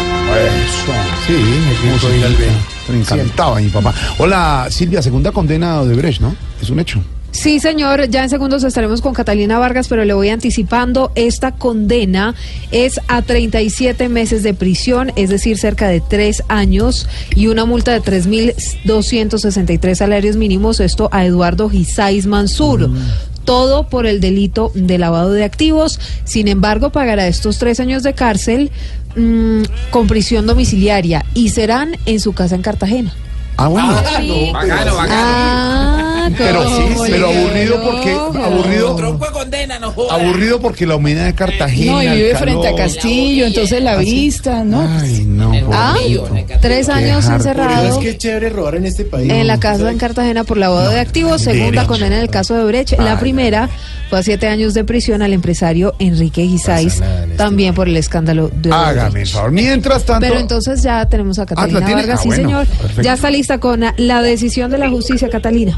Speaker 4: Eso, sí, me puso ahí al me encantaba mi papá. Hola, Silvia, segunda condena de Brecht, ¿no? Es un hecho.
Speaker 20: Sí, señor, ya en segundos estaremos con Catalina Vargas, pero le voy anticipando, esta condena es a treinta y siete meses de prisión, es decir, cerca de tres años, y una multa de tres mil doscientos sesenta y tres salarios mínimos, esto a Eduardo Gisais Mansur. Mm. Todo por el delito de lavado de activos. Sin embargo, pagará estos tres años de cárcel mmm, con prisión domiciliaria y serán en su casa en Cartagena.
Speaker 4: Ah, bueno.
Speaker 20: Sí.
Speaker 4: Bacano, bacano.
Speaker 20: Ah,
Speaker 4: pero sí, pero aburrido porque aburrido
Speaker 19: Tronco de condena, no jodas.
Speaker 4: aburrido porque la humedad de Cartagena.
Speaker 5: No, y vive
Speaker 4: el
Speaker 5: frente a
Speaker 4: calor.
Speaker 5: Castillo, entonces la vista, ¿no?
Speaker 4: Ay, no.
Speaker 20: Ah, tres años
Speaker 6: Pero
Speaker 20: encerrado
Speaker 6: es que es chévere robar en este país.
Speaker 20: en la casa en Cartagena por lavado de activos. Segunda
Speaker 4: derecho.
Speaker 20: condena en el caso de Brecht. La primera fue a siete años de prisión al empresario Enrique Gisais, también por el escándalo de
Speaker 4: Hágame el favor. Mientras tanto.
Speaker 20: Pero entonces ya tenemos a Catalina
Speaker 4: ¿la tiene?
Speaker 20: Vargas,
Speaker 4: Ah,
Speaker 20: sí
Speaker 4: bueno,
Speaker 20: señor.
Speaker 4: perfecto.
Speaker 20: Ya está lista con la decisión de la justicia, Catalina.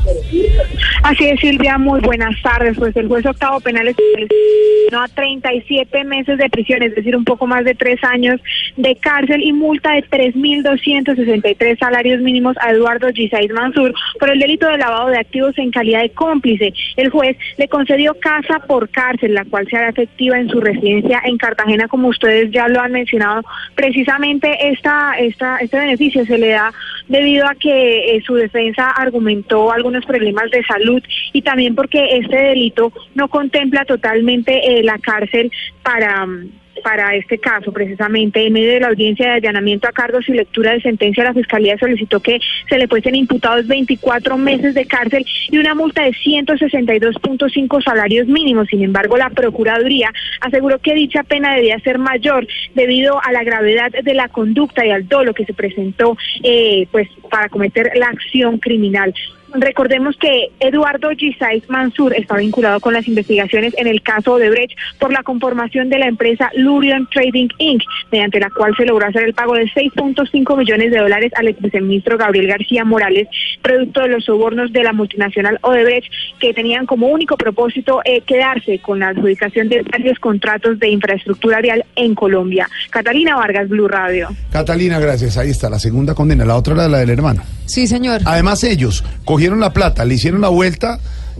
Speaker 21: Así es, Silvia, muy buenas tardes. Pues el juez octavo penal no a treinta y siete meses de prisión, es decir, un poco más de tres años de cárcel y multa de tres mil doscientos sesenta y tres salarios mínimos a Eduardo Gisais Mansur por el delito de lavado de activos en calidad de cómplice. El juez le concedió casa por cárcel, la cual se hará efectiva en su residencia en Cartagena, como ustedes ya lo han mencionado. Precisamente esta, esta, este beneficio se le da debido a que eh, su defensa argumentó algunos problemas de salud y también porque este delito no contempla totalmente eh, la cárcel para... para este caso. Precisamente en medio de la audiencia de allanamiento a cargos y lectura de sentencia, la Fiscalía solicitó que se le fuesen imputados veinticuatro meses de cárcel y una multa de ciento sesenta y dos punto cinco salarios mínimos. Sin embargo, la Procuraduría aseguró que dicha pena debía ser mayor debido a la gravedad de la conducta y al dolo que se presentó eh, pues para cometer la acción criminal. Recordemos que Eduardo Gisais Mansur está vinculado con las investigaciones en el caso Odebrecht por la conformación de la empresa Lurion Trading incorporated, mediante la cual se logró hacer el pago de seis punto cinco millones de dólares al exviceministro Gabriel García Morales, producto de los sobornos de la multinacional Odebrecht, que tenían como único propósito eh, quedarse con la adjudicación de varios contratos de infraestructura vial en Colombia. Catalina Vargas, Blue Radio.
Speaker 4: Catalina, gracias. Ahí está la segunda condena. La otra era la del hermano.
Speaker 20: Sí, señor.
Speaker 4: Además, ellos cogieron la plata, le hicieron la vuelta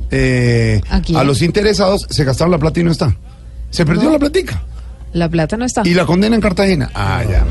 Speaker 4: eh, ¿a, ¿A los interesados, se gastaron la plata y no está. Se perdió no. la platica.
Speaker 20: La plata no está.
Speaker 4: ¿Y la condena en Cartagena? Ah, ya.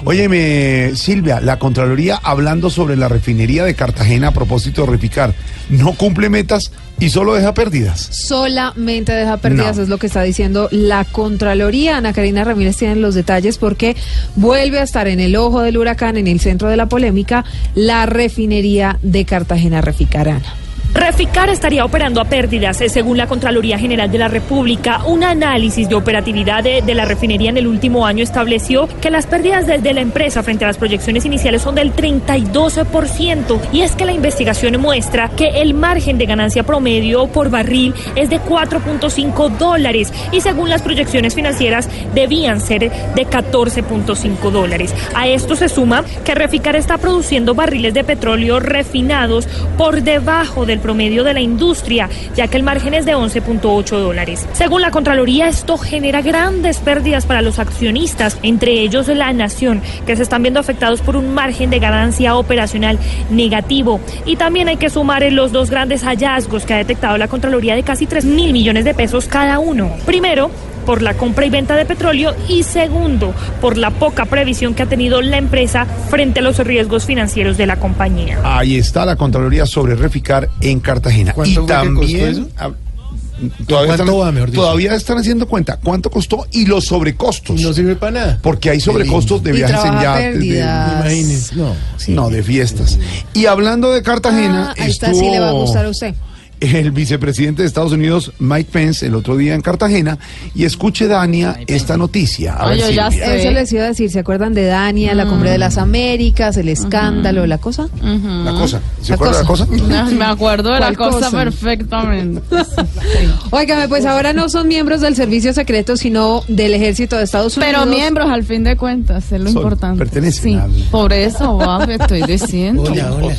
Speaker 4: Óyeme, Silvia, la Contraloría, hablando sobre la refinería de Cartagena a propósito de Reficar, no cumple metas y solo deja pérdidas.
Speaker 20: Solamente deja pérdidas,
Speaker 4: no.
Speaker 20: es lo que está diciendo la Contraloría. Ana Karina Ramírez tiene los detalles porque vuelve a estar en el ojo del huracán, en el centro de la polémica, la refinería de Cartagena, Reficar. Ana.
Speaker 16: Reficar estaría operando a pérdidas, según la Contraloría General de la República. Un análisis de operatividad de, de la refinería en el último año estableció que las pérdidas de, de la empresa frente a las proyecciones iniciales son del treinta y dos por ciento. Y es que la investigación muestra que el margen de ganancia promedio por barril es de cuatro punto cinco dólares y según las proyecciones financieras debían ser de catorce punto cinco dólares. A esto se suma que Reficar está produciendo barriles de petróleo refinados por debajo del promedio de la industria, ya que el margen es de once punto ocho dólares. Según la Contraloría, esto genera grandes pérdidas para los accionistas, entre ellos la Nación, que se están viendo afectados por un margen de ganancia operacional negativo. Y también hay que sumar en los dos grandes hallazgos que ha detectado la Contraloría de casi tres mil millones de pesos cada uno. Primero, por la compra y venta de petróleo y segundo, por la poca previsión que ha tenido la empresa frente a los riesgos financieros de la compañía.
Speaker 4: Ahí está la Contraloría sobre Reficar en Cartagena.
Speaker 6: ¿Cuánto
Speaker 4: y también
Speaker 6: eso?
Speaker 4: Todavía, están,
Speaker 6: va, mejor dicho?
Speaker 4: todavía están haciendo cuenta cuánto costó y los sobrecostos.
Speaker 6: No sirve para nada.
Speaker 4: Porque hay sobrecostos de
Speaker 20: y
Speaker 4: viajes en yates, de,
Speaker 6: imagínense. No, sí.
Speaker 4: no, de fiestas. Y hablando de Cartagena,
Speaker 20: ah, ahí
Speaker 4: estuvo...
Speaker 20: está, sí le va a gustar a usted.
Speaker 4: El vicepresidente de Estados Unidos, Mike Pence, el otro día en Cartagena, y escuche, Dania, esta noticia. A ver,
Speaker 20: Ay, ya sé. Eso les iba a decir, ¿se acuerdan de Dania, mm. la Cumbre de las Américas, el escándalo, uh-huh. la cosa?
Speaker 4: Uh-huh. La cosa, ¿se
Speaker 20: la
Speaker 4: acuerda
Speaker 20: cosa.
Speaker 4: de la cosa?
Speaker 8: No, me acuerdo de la cosa,
Speaker 20: cosa
Speaker 8: perfectamente.
Speaker 20: Sí. Óigame, pues ahora no son miembros del servicio secreto, sino del ejército de Estados Unidos.
Speaker 8: Pero miembros, al fin de cuentas, es lo son, importante.
Speaker 4: Pertenecen
Speaker 8: sí,
Speaker 4: al...
Speaker 8: por eso, va, me estoy diciendo.
Speaker 6: Hola, hola.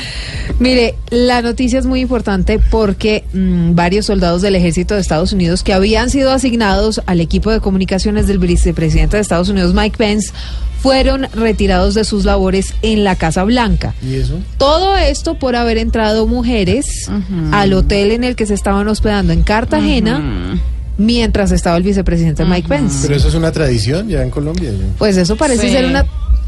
Speaker 20: Mire, la noticia es muy importante porque mmm, varios soldados del ejército de Estados Unidos que habían sido asignados al equipo de comunicaciones del vicepresidente de Estados Unidos, Mike Pence, fueron retirados de sus labores en la Casa Blanca.
Speaker 6: ¿Y eso?
Speaker 20: Todo esto por haber entrado mujeres uh-huh. al hotel en el que se estaban hospedando en Cartagena. Uh-huh. Mientras estaba el vicepresidente uh-huh. Mike Pence.
Speaker 6: Pero eso es una tradición ya en Colombia. ¿Ya?
Speaker 20: Pues eso parece sí. ser una...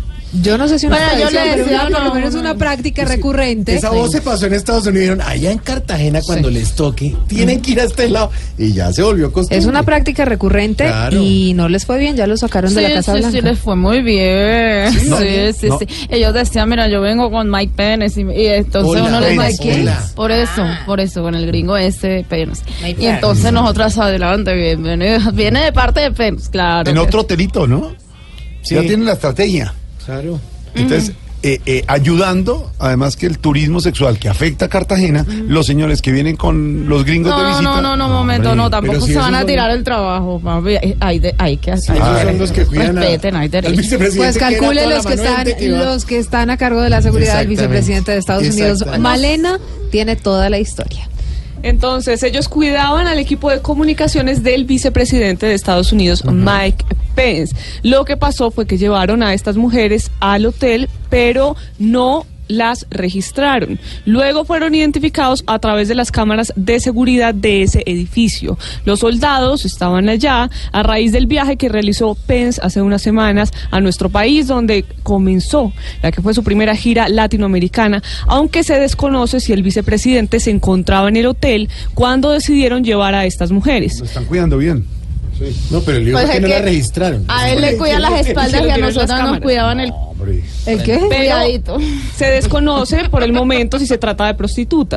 Speaker 20: Yo no sé si una
Speaker 8: bueno,
Speaker 20: tradición,
Speaker 8: yo le decía,
Speaker 20: pero una,
Speaker 8: no,
Speaker 20: por lo menos
Speaker 8: no,
Speaker 20: una práctica
Speaker 6: sí,
Speaker 20: recurrente.
Speaker 6: Esa
Speaker 20: sí.
Speaker 6: voz se pasó en Estados Unidos y dijeron, allá en Cartagena cuando sí. les toque, tienen que ir a este lado. Y ya se volvió costumbre.
Speaker 20: Es una práctica recurrente claro. y no les fue bien, ya lo sacaron
Speaker 8: sí,
Speaker 20: de la Casa
Speaker 8: sí,
Speaker 20: Blanca.
Speaker 8: Sí, les fue muy bien. Sí, no, sí, sí, no. sí. Ellos decían, mira, yo vengo con Mike Pence y, y entonces hola, uno les dice, por eso, por eso, con el gringo ese Pence. Y entonces nosotras adelante, bienvenido, viene de parte de Pence, claro.
Speaker 4: En otro hotelito, ¿no?
Speaker 6: Sí.
Speaker 4: Ya tienen la estrategia.
Speaker 6: Claro.
Speaker 4: Entonces... Uh-huh. Eh, eh, ayudando, además que el turismo sexual que afecta a Cartagena, mm. los señores que vienen con los gringos
Speaker 8: no,
Speaker 4: de visita.
Speaker 8: No, no, no, no, momento, Hombre, no, tampoco si se van a son... tirar el trabajo. Hay, de, hay que hacer.
Speaker 6: Sí, esos son los que cuidan
Speaker 8: respeten,
Speaker 6: a,
Speaker 8: hay
Speaker 6: al vicepresidente.
Speaker 20: Pues calcule los que están, que los que están a cargo de la seguridad del vicepresidente de Estados Unidos. Malena tiene toda la historia.
Speaker 22: Entonces, ellos cuidaban al equipo de comunicaciones del vicepresidente de Estados Unidos, uh-huh. Mike Pence. Lo que pasó fue que llevaron a estas mujeres al hotel, pero no las registraron. Luego fueron identificados a través de las cámaras de seguridad de ese edificio. Los soldados estaban allá a raíz del viaje que realizó Pence hace unas semanas a nuestro país, donde comenzó la que fue su primera gira latinoamericana, aunque se desconoce si el vicepresidente se encontraba en el hotel cuando decidieron llevar a estas mujeres.
Speaker 4: Lo están cuidando bien.
Speaker 6: Sí. No, pero el lío
Speaker 8: pues
Speaker 6: es que no la registraron.
Speaker 8: A él le cuidan las espaldas y a nosotros nos cuidaban el...
Speaker 20: ¿El qué?
Speaker 22: Pero se desconoce por el momento si se trata de prostitutas.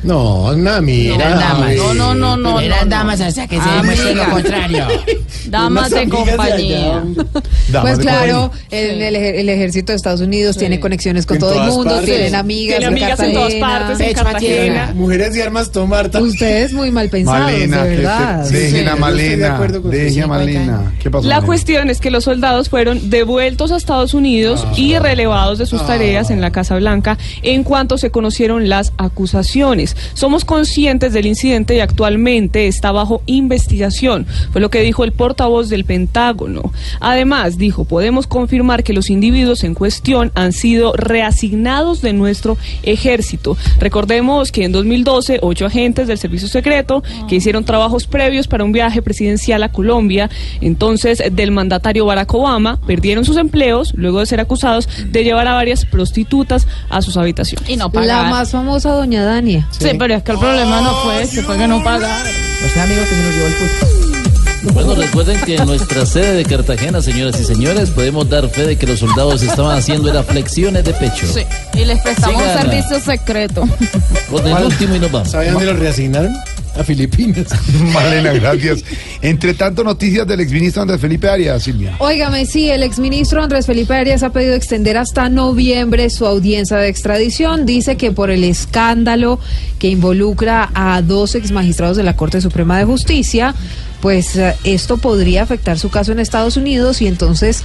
Speaker 6: No, una mira.
Speaker 19: Eran damas.
Speaker 8: No, no, no, no.
Speaker 19: Eran
Speaker 8: no,
Speaker 19: damas
Speaker 8: no.
Speaker 19: hasta que se demuestre lo contrario.
Speaker 8: Damas de compañía.
Speaker 20: Pues claro, el, el, el ejército de Estados Unidos sí. tiene conexiones con
Speaker 6: En
Speaker 20: todo el
Speaker 6: todas
Speaker 20: mundo,
Speaker 6: partes.
Speaker 20: tienen amigas,
Speaker 22: Tiene amigas en todas partes, en Cartagena.
Speaker 6: Mujeres y armas, Marta.
Speaker 20: Ustedes muy mal pensados,
Speaker 4: Malena,
Speaker 20: de verdad.
Speaker 4: que te- dejen
Speaker 20: Sí.
Speaker 4: a Malena, dejen a Malena. ¿Qué pasó?
Speaker 22: La
Speaker 4: Malena?
Speaker 22: cuestión es que los soldados fueron devueltos a Estados Unidos
Speaker 4: Ah.
Speaker 22: y relevados de sus
Speaker 4: Ah.
Speaker 22: tareas en la Casa Blanca en cuanto se conocieron las acusaciones. Somos conscientes del incidente y actualmente está bajo investigación, fue lo que dijo el portavoz del Pentágono. Además, dijo, podemos confirmar que los individuos en cuestión han sido reasignados de nuestro ejército. Recordemos que en dos mil doce, ocho agentes del servicio secreto que hicieron trabajos previos para un viaje presidencial a Colombia, entonces del mandatario Barack Obama, perdieron sus empleos luego de ser acusados de llevar a varias prostitutas a sus habitaciones.
Speaker 8: Y no
Speaker 20: La
Speaker 8: pagaron.
Speaker 20: más famosa doña Dania.
Speaker 8: Sí, pero es que el problema no fue ese, fue que no pagaron.
Speaker 19: O sea, amigo, que se nos llevó el fútbol.
Speaker 11: Bueno, recuerden que en nuestra sede de Cartagena, señoras y señores, podemos dar fe de que los soldados estaban haciendo era flexiones de pecho.
Speaker 8: Sí, y les prestamos un
Speaker 11: Sigan.
Speaker 8: servicio secreto.
Speaker 11: Con el último y nos vamos.
Speaker 6: ¿Saben dónde los reasignaron? A Filipinas.
Speaker 4: Malena, gracias. Entre tanto, noticias del exministro Andrés Felipe Arias, Silvia.
Speaker 20: Óigame, sí, el exministro Andrés Felipe Arias ha pedido extender hasta noviembre su audiencia de extradición. Dice que por el escándalo que involucra a dos exmagistrados de la Corte Suprema de Justicia, pues eh, esto podría afectar su caso en Estados Unidos y entonces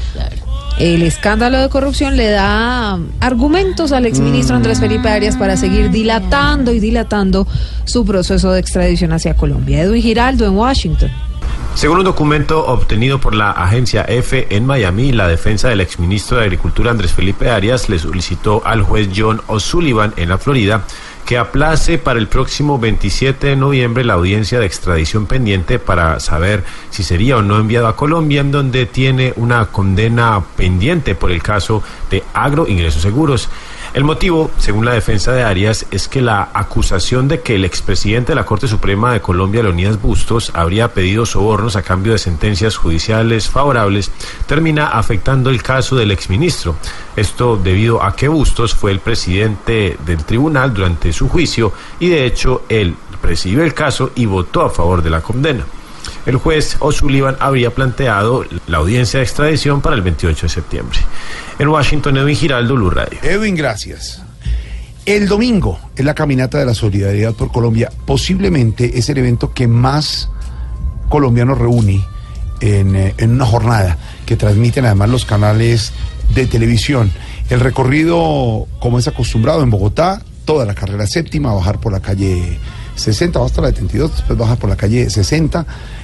Speaker 20: el escándalo de corrupción le da argumentos al exministro Andrés Felipe Arias para seguir dilatando y dilatando su proceso de extradición hacia Colombia. Edwin Giraldo en Washington.
Speaker 12: Según un documento obtenido por la agencia EFE en Miami, la defensa del exministro de Agricultura Andrés Felipe Arias le solicitó al juez John O'Sullivan en la Florida que aplace para el próximo veintisiete de noviembre la audiencia de extradición pendiente para saber si sería o no enviado a Colombia, en donde tiene una condena pendiente por el caso de Agro Ingresos Seguros. El motivo, según la defensa de Arias, es que la acusación de que el expresidente de la Corte Suprema de Colombia, Leonidas Bustos, habría pedido sobornos a cambio de sentencias judiciales favorables, termina afectando el caso del exministro. Esto debido a que Bustos fue el presidente del tribunal durante su juicio y de hecho él presidió el caso y votó a favor de la condena. El juez O'Sullivan habría planteado la audiencia de extradición para el veintiocho de septiembre. En Washington, Edwin Giraldo, Blue Radio.
Speaker 4: Edwin, gracias. El domingo es la caminata de la solidaridad por Colombia. Posiblemente es el evento que más colombianos reúne en, eh, en una jornada que transmiten además los canales de televisión. El recorrido, como es acostumbrado en Bogotá, toda la carrera séptima, bajar por la calle sesenta, va hasta la setenta y dos, después bajar por la calle sesenta,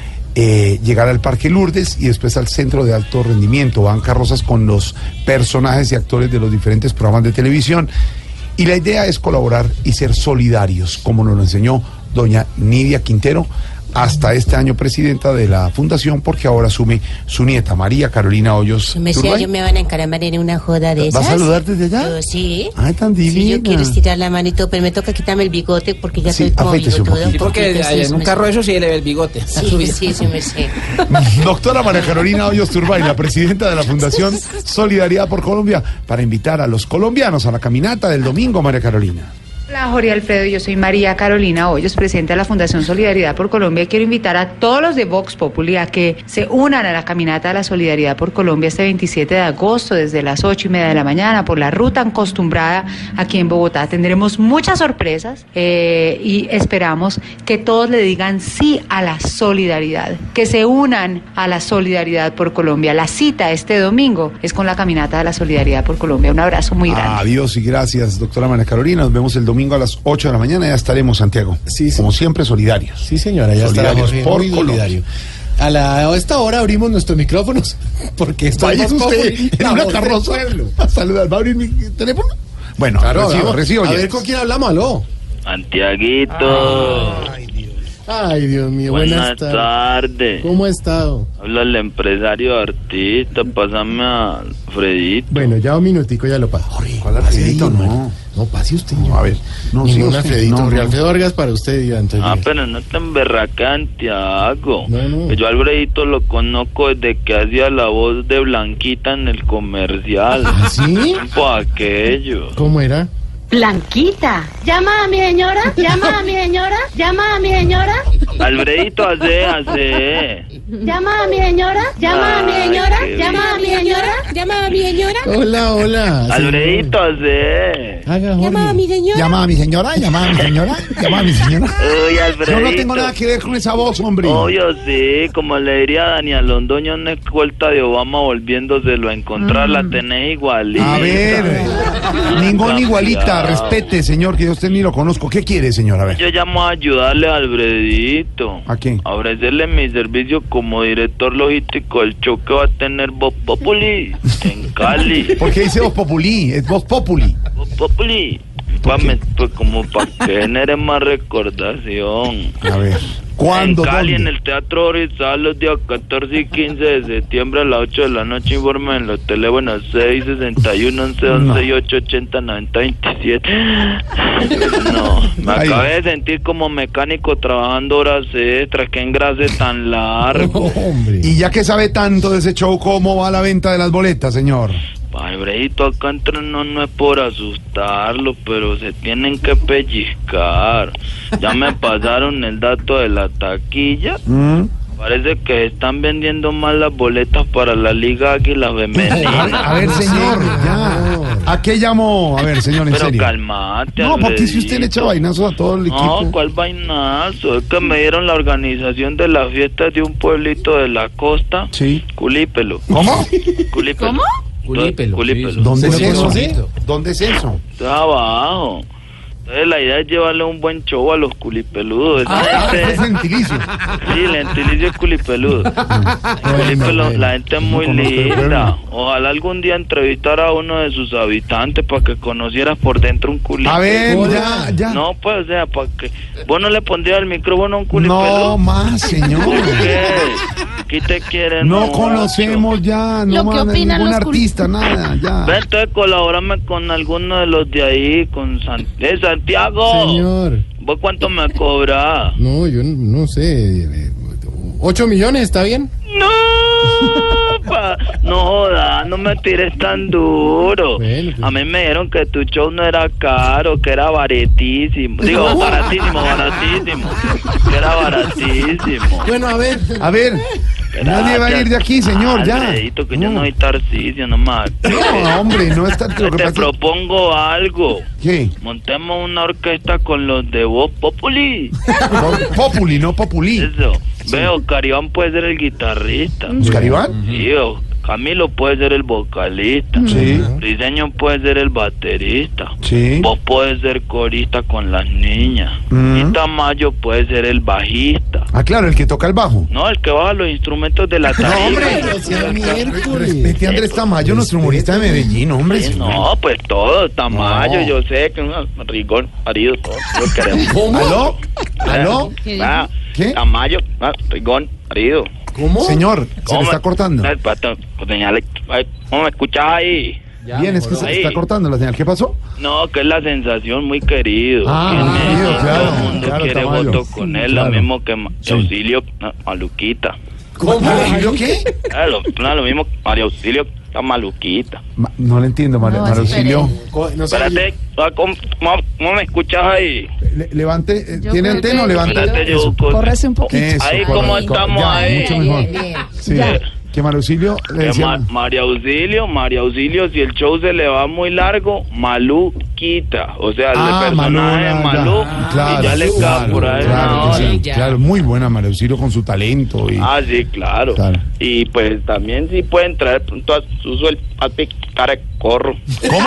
Speaker 4: eh, llegar al Parque Lourdes y después al Centro de Alto Rendimiento. Van carrozas con los personajes y actores de los diferentes programas de televisión. Y la idea es colaborar y ser solidarios, como nos lo enseñó doña Nidia Quintero, hasta este año presidenta de la fundación, porque ahora asume su nieta, María Carolina Hoyos.
Speaker 19: Me decía, yo me van a encaramar en una joda de esas.
Speaker 4: ¿Vas a saludar desde allá?
Speaker 19: Yo, sí.
Speaker 4: Ay, tan divina.
Speaker 19: Sí, yo quiero estirar la manito, pero me toca quitarme el bigote porque ya
Speaker 4: Sí,
Speaker 19: soy como
Speaker 4: afeítese un
Speaker 19: bigotuda.
Speaker 4: poquito.
Speaker 19: un
Speaker 10: Porque
Speaker 19: poquito, sí,
Speaker 10: en un
Speaker 19: me-
Speaker 10: carro eso sí le ve el bigote.
Speaker 19: Sí, sí, sí, me sé.
Speaker 4: Doctora María Carolina Hoyos Turbay, la presidenta de la Fundación Solidaridad por Colombia, para invitar a los colombianos a la caminata del domingo, María Carolina.
Speaker 23: Hola Jorge Alfredo, yo soy María Carolina Hoyos, presidenta de la Fundación Solidaridad por Colombia, y quiero invitar a todos los de Vox Populi a que se unan a la caminata de la Solidaridad por Colombia este veintisiete de agosto desde las ocho y media de la mañana por la ruta acostumbrada aquí en Bogotá. Tendremos muchas sorpresas eh, y esperamos que todos le digan sí a la solidaridad, que se unan a la Solidaridad por Colombia. La cita este domingo es con la caminata de la Solidaridad por Colombia. Un abrazo muy grande.
Speaker 4: Adiós y gracias, doctora María Carolina. Nos vemos el domingo a las ocho de la mañana. Ya estaremos, Santiago. Sí, sí. Como siempre, solidarios.
Speaker 6: Sí, señora, ya
Speaker 4: solidarios
Speaker 6: estaremos
Speaker 4: por
Speaker 6: muy
Speaker 4: Colombia.
Speaker 6: solidario. A, la, a esta hora abrimos nuestros micrófonos porque estoy
Speaker 4: Vaya usted en una carroza a saludar. ¿Va a abrir mi teléfono? Bueno,
Speaker 6: Claro,
Speaker 4: recibo,
Speaker 6: vamos.
Speaker 4: recibo.
Speaker 6: A
Speaker 4: ya.
Speaker 6: ver con quién hablamos, aló.
Speaker 2: Santiaguito.
Speaker 6: Ay, Dios mío, buenas,
Speaker 2: Buenas tardes.
Speaker 6: ¿Cómo ha estado?
Speaker 2: Habla el empresario artista, pásame a Fredito.
Speaker 6: Bueno, ya un minutico ya lo paso.
Speaker 4: ¿Cuál Alfredito? No.
Speaker 6: No, pase usted.
Speaker 4: No, a ver. No,
Speaker 6: Ningún
Speaker 4: sí, usted.
Speaker 6: Alfredito.
Speaker 4: No, no.
Speaker 6: Alfredo Vargas para usted, Iván.
Speaker 2: Ah, pero no te emberraca, Santiago.
Speaker 6: No, no.
Speaker 2: Que yo a Alfredito lo conozco desde que hacía la voz de Blanquita en el comercial.
Speaker 6: ¿Ah, sí?
Speaker 2: Tiempo aquello.
Speaker 6: ¿Cómo era?
Speaker 1: Blanquita, llama a mi señora, llama a mi señora, llama a mi señora.
Speaker 2: Alfredito, hace, hace.
Speaker 1: Llama a mi señora, llama a mi señora, llama a mi señora, llama a mi señora.
Speaker 6: Hola, hola.
Speaker 2: Alfredito, hace.
Speaker 6: Haga,
Speaker 1: Llama a mi señora.
Speaker 4: Llama a mi señora, llama a mi señora, llama a mi señora.
Speaker 2: Uy, Alfredito.
Speaker 4: Yo no tengo nada que ver con esa voz, hombre.
Speaker 2: Obvio, sí, como le diría Daniel Londoño, una escolta de Obama volviéndoselo a encontrar, la tenés igualita.
Speaker 4: A ver, ningún igualita, respete, señor, que yo usted ni lo conozco. ¿Qué quiere, señor? A ver.
Speaker 2: Yo llamo a ayudarle a Alfredito.
Speaker 4: ¿A qué?
Speaker 2: A ofrecerle mi servicio como director logístico del show que va a tener Voz Populi en Cali.
Speaker 4: ¿Por qué dice Voz Populi? Es Voz Populi.
Speaker 2: Voz Populi. Pa me, pues como para que genere más recordación.
Speaker 4: A ver, ¿cuándo?
Speaker 2: En Cali,
Speaker 4: ¿Dónde?
Speaker 2: en el Teatro Orizaba, los días catorce y quince de septiembre a las ocho de la noche. Informe en los teléfonos seis sesenta y uno, once, once y ocho ochenta, noventa, veintisiete. No, me
Speaker 4: Ay.
Speaker 2: acabé de sentir como mecánico trabajando horas extras. Qué engrase tan largo.
Speaker 4: Hombre. Y ya que sabe tanto de ese show, ¿cómo va la venta de las boletas, señor?
Speaker 2: Alfredito, acá entre no, no es por asustarlo, pero se tienen que pellizcar. Ya me pasaron el dato de la taquilla.
Speaker 4: ¿Mm?
Speaker 2: Parece que están vendiendo más las boletas para la Liga Águila Femenina.
Speaker 4: A ver, a ver, señor, ya. ¿A qué llamó? A ver, señor, en
Speaker 2: Pero
Speaker 4: serio.
Speaker 2: calmate,
Speaker 4: No, porque si usted le
Speaker 2: Alfredito.
Speaker 4: echa vainazos a todo el equipo.
Speaker 2: No, ¿cuál vainazo? Es que me dieron la organización de la fiesta de un pueblito de la costa.
Speaker 4: Sí.
Speaker 2: Culípelo.
Speaker 4: ¿Cómo?
Speaker 2: Culípelo.
Speaker 8: ¿Cómo?
Speaker 2: Culípelo. Culípelo.
Speaker 4: ¿Dónde es
Speaker 6: ¿Sí?
Speaker 4: eso?
Speaker 6: ¿Sí?
Speaker 4: ¿Dónde es eso?
Speaker 2: Está abajo. Entonces la idea es llevarle un buen show a los culipeludos. Esa
Speaker 4: Ah,
Speaker 2: gente-
Speaker 4: es gentilicio.
Speaker 2: Sí, el gentilicio es culipeludo. Culipelo, la gente es muy
Speaker 4: No conozco el
Speaker 2: linda.
Speaker 4: pueblo.
Speaker 2: Ojalá algún día entrevistara a uno de sus habitantes para que conocieras por dentro un culipelo.
Speaker 4: A ver, ya, ya.
Speaker 2: No, pues, o sea, para que... ¿Vos no le pondrías el micrófono a un culipeludo?
Speaker 4: No más, señor.
Speaker 2: ¿Por qué? ¿Qué te quieren?
Speaker 4: No
Speaker 2: mucho?
Speaker 4: conocemos ya, no
Speaker 8: Lo que
Speaker 4: más
Speaker 8: opinan
Speaker 4: ningún
Speaker 8: los cul-
Speaker 4: artista, nada, ya.
Speaker 2: Ven, entonces colabórame con alguno de los de ahí, con San... ¡Eh, Santiago!
Speaker 6: Señor.
Speaker 2: ¿Vos cuánto me cobras?
Speaker 6: No, yo no, no sé. eh, ¿Ocho millones está bien?
Speaker 2: No, pa, no jodas, no me tires tan duro.
Speaker 6: Bueno, pues.
Speaker 2: A mí me dijeron que tu show no era caro, que era baratísimo. Digo, baratísimo, baratísimo. Que era baratísimo.
Speaker 6: Bueno, a ver.
Speaker 4: A ver, nadie va a ir de aquí, señor, ya.
Speaker 2: Alfredito, que yo
Speaker 4: No.
Speaker 2: no soy Tarcisio, no más.
Speaker 4: No, hombre, no está. Lo que
Speaker 2: Te
Speaker 4: pasa-
Speaker 2: propongo algo.
Speaker 4: ¿Qué?
Speaker 2: Montemos una orquesta con los de Voz Populi.
Speaker 4: Po- Populi, no Populi.
Speaker 2: Eso. Veo, Caribán puede ser el guitarrista.
Speaker 4: ¿Oscar Iván?
Speaker 2: Sí, o Camilo puede ser el vocalista.
Speaker 4: Sí.
Speaker 2: Briseño puede ser el baterista.
Speaker 4: Sí.
Speaker 2: Vos puedes ser corista con las niñas.
Speaker 4: Mm.
Speaker 2: Y Tamayo puede ser el bajista.
Speaker 4: Ah, claro, el que toca el bajo.
Speaker 2: No, el que baja los instrumentos de la
Speaker 4: No,
Speaker 2: tarima.
Speaker 4: hombre,
Speaker 6: No sea miércoles.
Speaker 4: respete a Andrés Tamayo, nuestro humorista de Medellín, hombre.
Speaker 2: Sí, no, pues todo, Tamayo,
Speaker 4: No.
Speaker 2: yo sé que un rigor, marido, todos lo queremos.
Speaker 4: ¿Aló? ¿Aló?
Speaker 2: Ah,
Speaker 4: ¿Qué?
Speaker 2: Tamayo, ah, rigor, marido.
Speaker 6: ¿Cómo?
Speaker 4: Señor, se
Speaker 2: ¿Cómo
Speaker 4: le está
Speaker 2: me-
Speaker 4: cortando.
Speaker 2: Ay, espérate, pues, señale, ay, ¿cómo me escuchas ahí?
Speaker 4: Bien, es que se le
Speaker 2: Ahí.
Speaker 4: está cortando la señal. ¿Qué pasó?
Speaker 2: No, que es la sensación, muy querido.
Speaker 4: Ah,
Speaker 2: Que en
Speaker 4: muy
Speaker 2: Medellín
Speaker 4: querido, claro,
Speaker 2: todo el mundo
Speaker 4: claro,
Speaker 2: quiere
Speaker 4: Tamayo.
Speaker 2: voto con él,
Speaker 4: Claro.
Speaker 2: lo mismo que Ma-
Speaker 4: Sí.
Speaker 2: Auxilio a Maluquita.
Speaker 6: ¿Cómo?
Speaker 4: ¿Yo qué?
Speaker 2: Ah, lo, no, lo mismo María Auxilio a Maluquita.
Speaker 4: Ma- no le entiendo, María
Speaker 8: No,
Speaker 4: María Auxilio.
Speaker 6: Co- No sé.
Speaker 2: Espérate, ah, ¿cómo, cómo- cómo me escuchas ahí?
Speaker 4: Le- levante, eh,
Speaker 8: Yo
Speaker 4: ¿tiene
Speaker 8: creo
Speaker 4: antena o
Speaker 8: que-
Speaker 4: levanta?
Speaker 2: Espérate, yo
Speaker 4: Eso.
Speaker 2: con-
Speaker 5: Córrese un poquito.
Speaker 4: Eso,
Speaker 2: Ahí,
Speaker 4: corre,
Speaker 2: ¿cómo
Speaker 4: corre.
Speaker 2: estamos
Speaker 4: Ya,
Speaker 2: ahí?
Speaker 4: mucho mejor.
Speaker 19: Bien, bien.
Speaker 4: Sí.
Speaker 5: Ya.
Speaker 4: Que María Auxilio le
Speaker 2: Que
Speaker 4: decía.
Speaker 2: Ma- María Auxilio, María Auxilio, si el show se le va muy largo, Maluquita. O sea, el
Speaker 4: Ah,
Speaker 2: personaje
Speaker 4: Maluna,
Speaker 2: de Malú,
Speaker 4: ya. Claro,
Speaker 2: y ya le cae
Speaker 4: claro,
Speaker 2: por ahí
Speaker 4: claro
Speaker 2: una
Speaker 4: que
Speaker 2: hora.
Speaker 4: sí,
Speaker 19: Ya.
Speaker 4: claro, muy buena María Auxilio con su talento. Y...
Speaker 2: Ah, sí, claro.
Speaker 4: Claro.
Speaker 2: Y pues también sí pueden traer pronto a Suso el a picar el corro.
Speaker 4: ¿Cómo?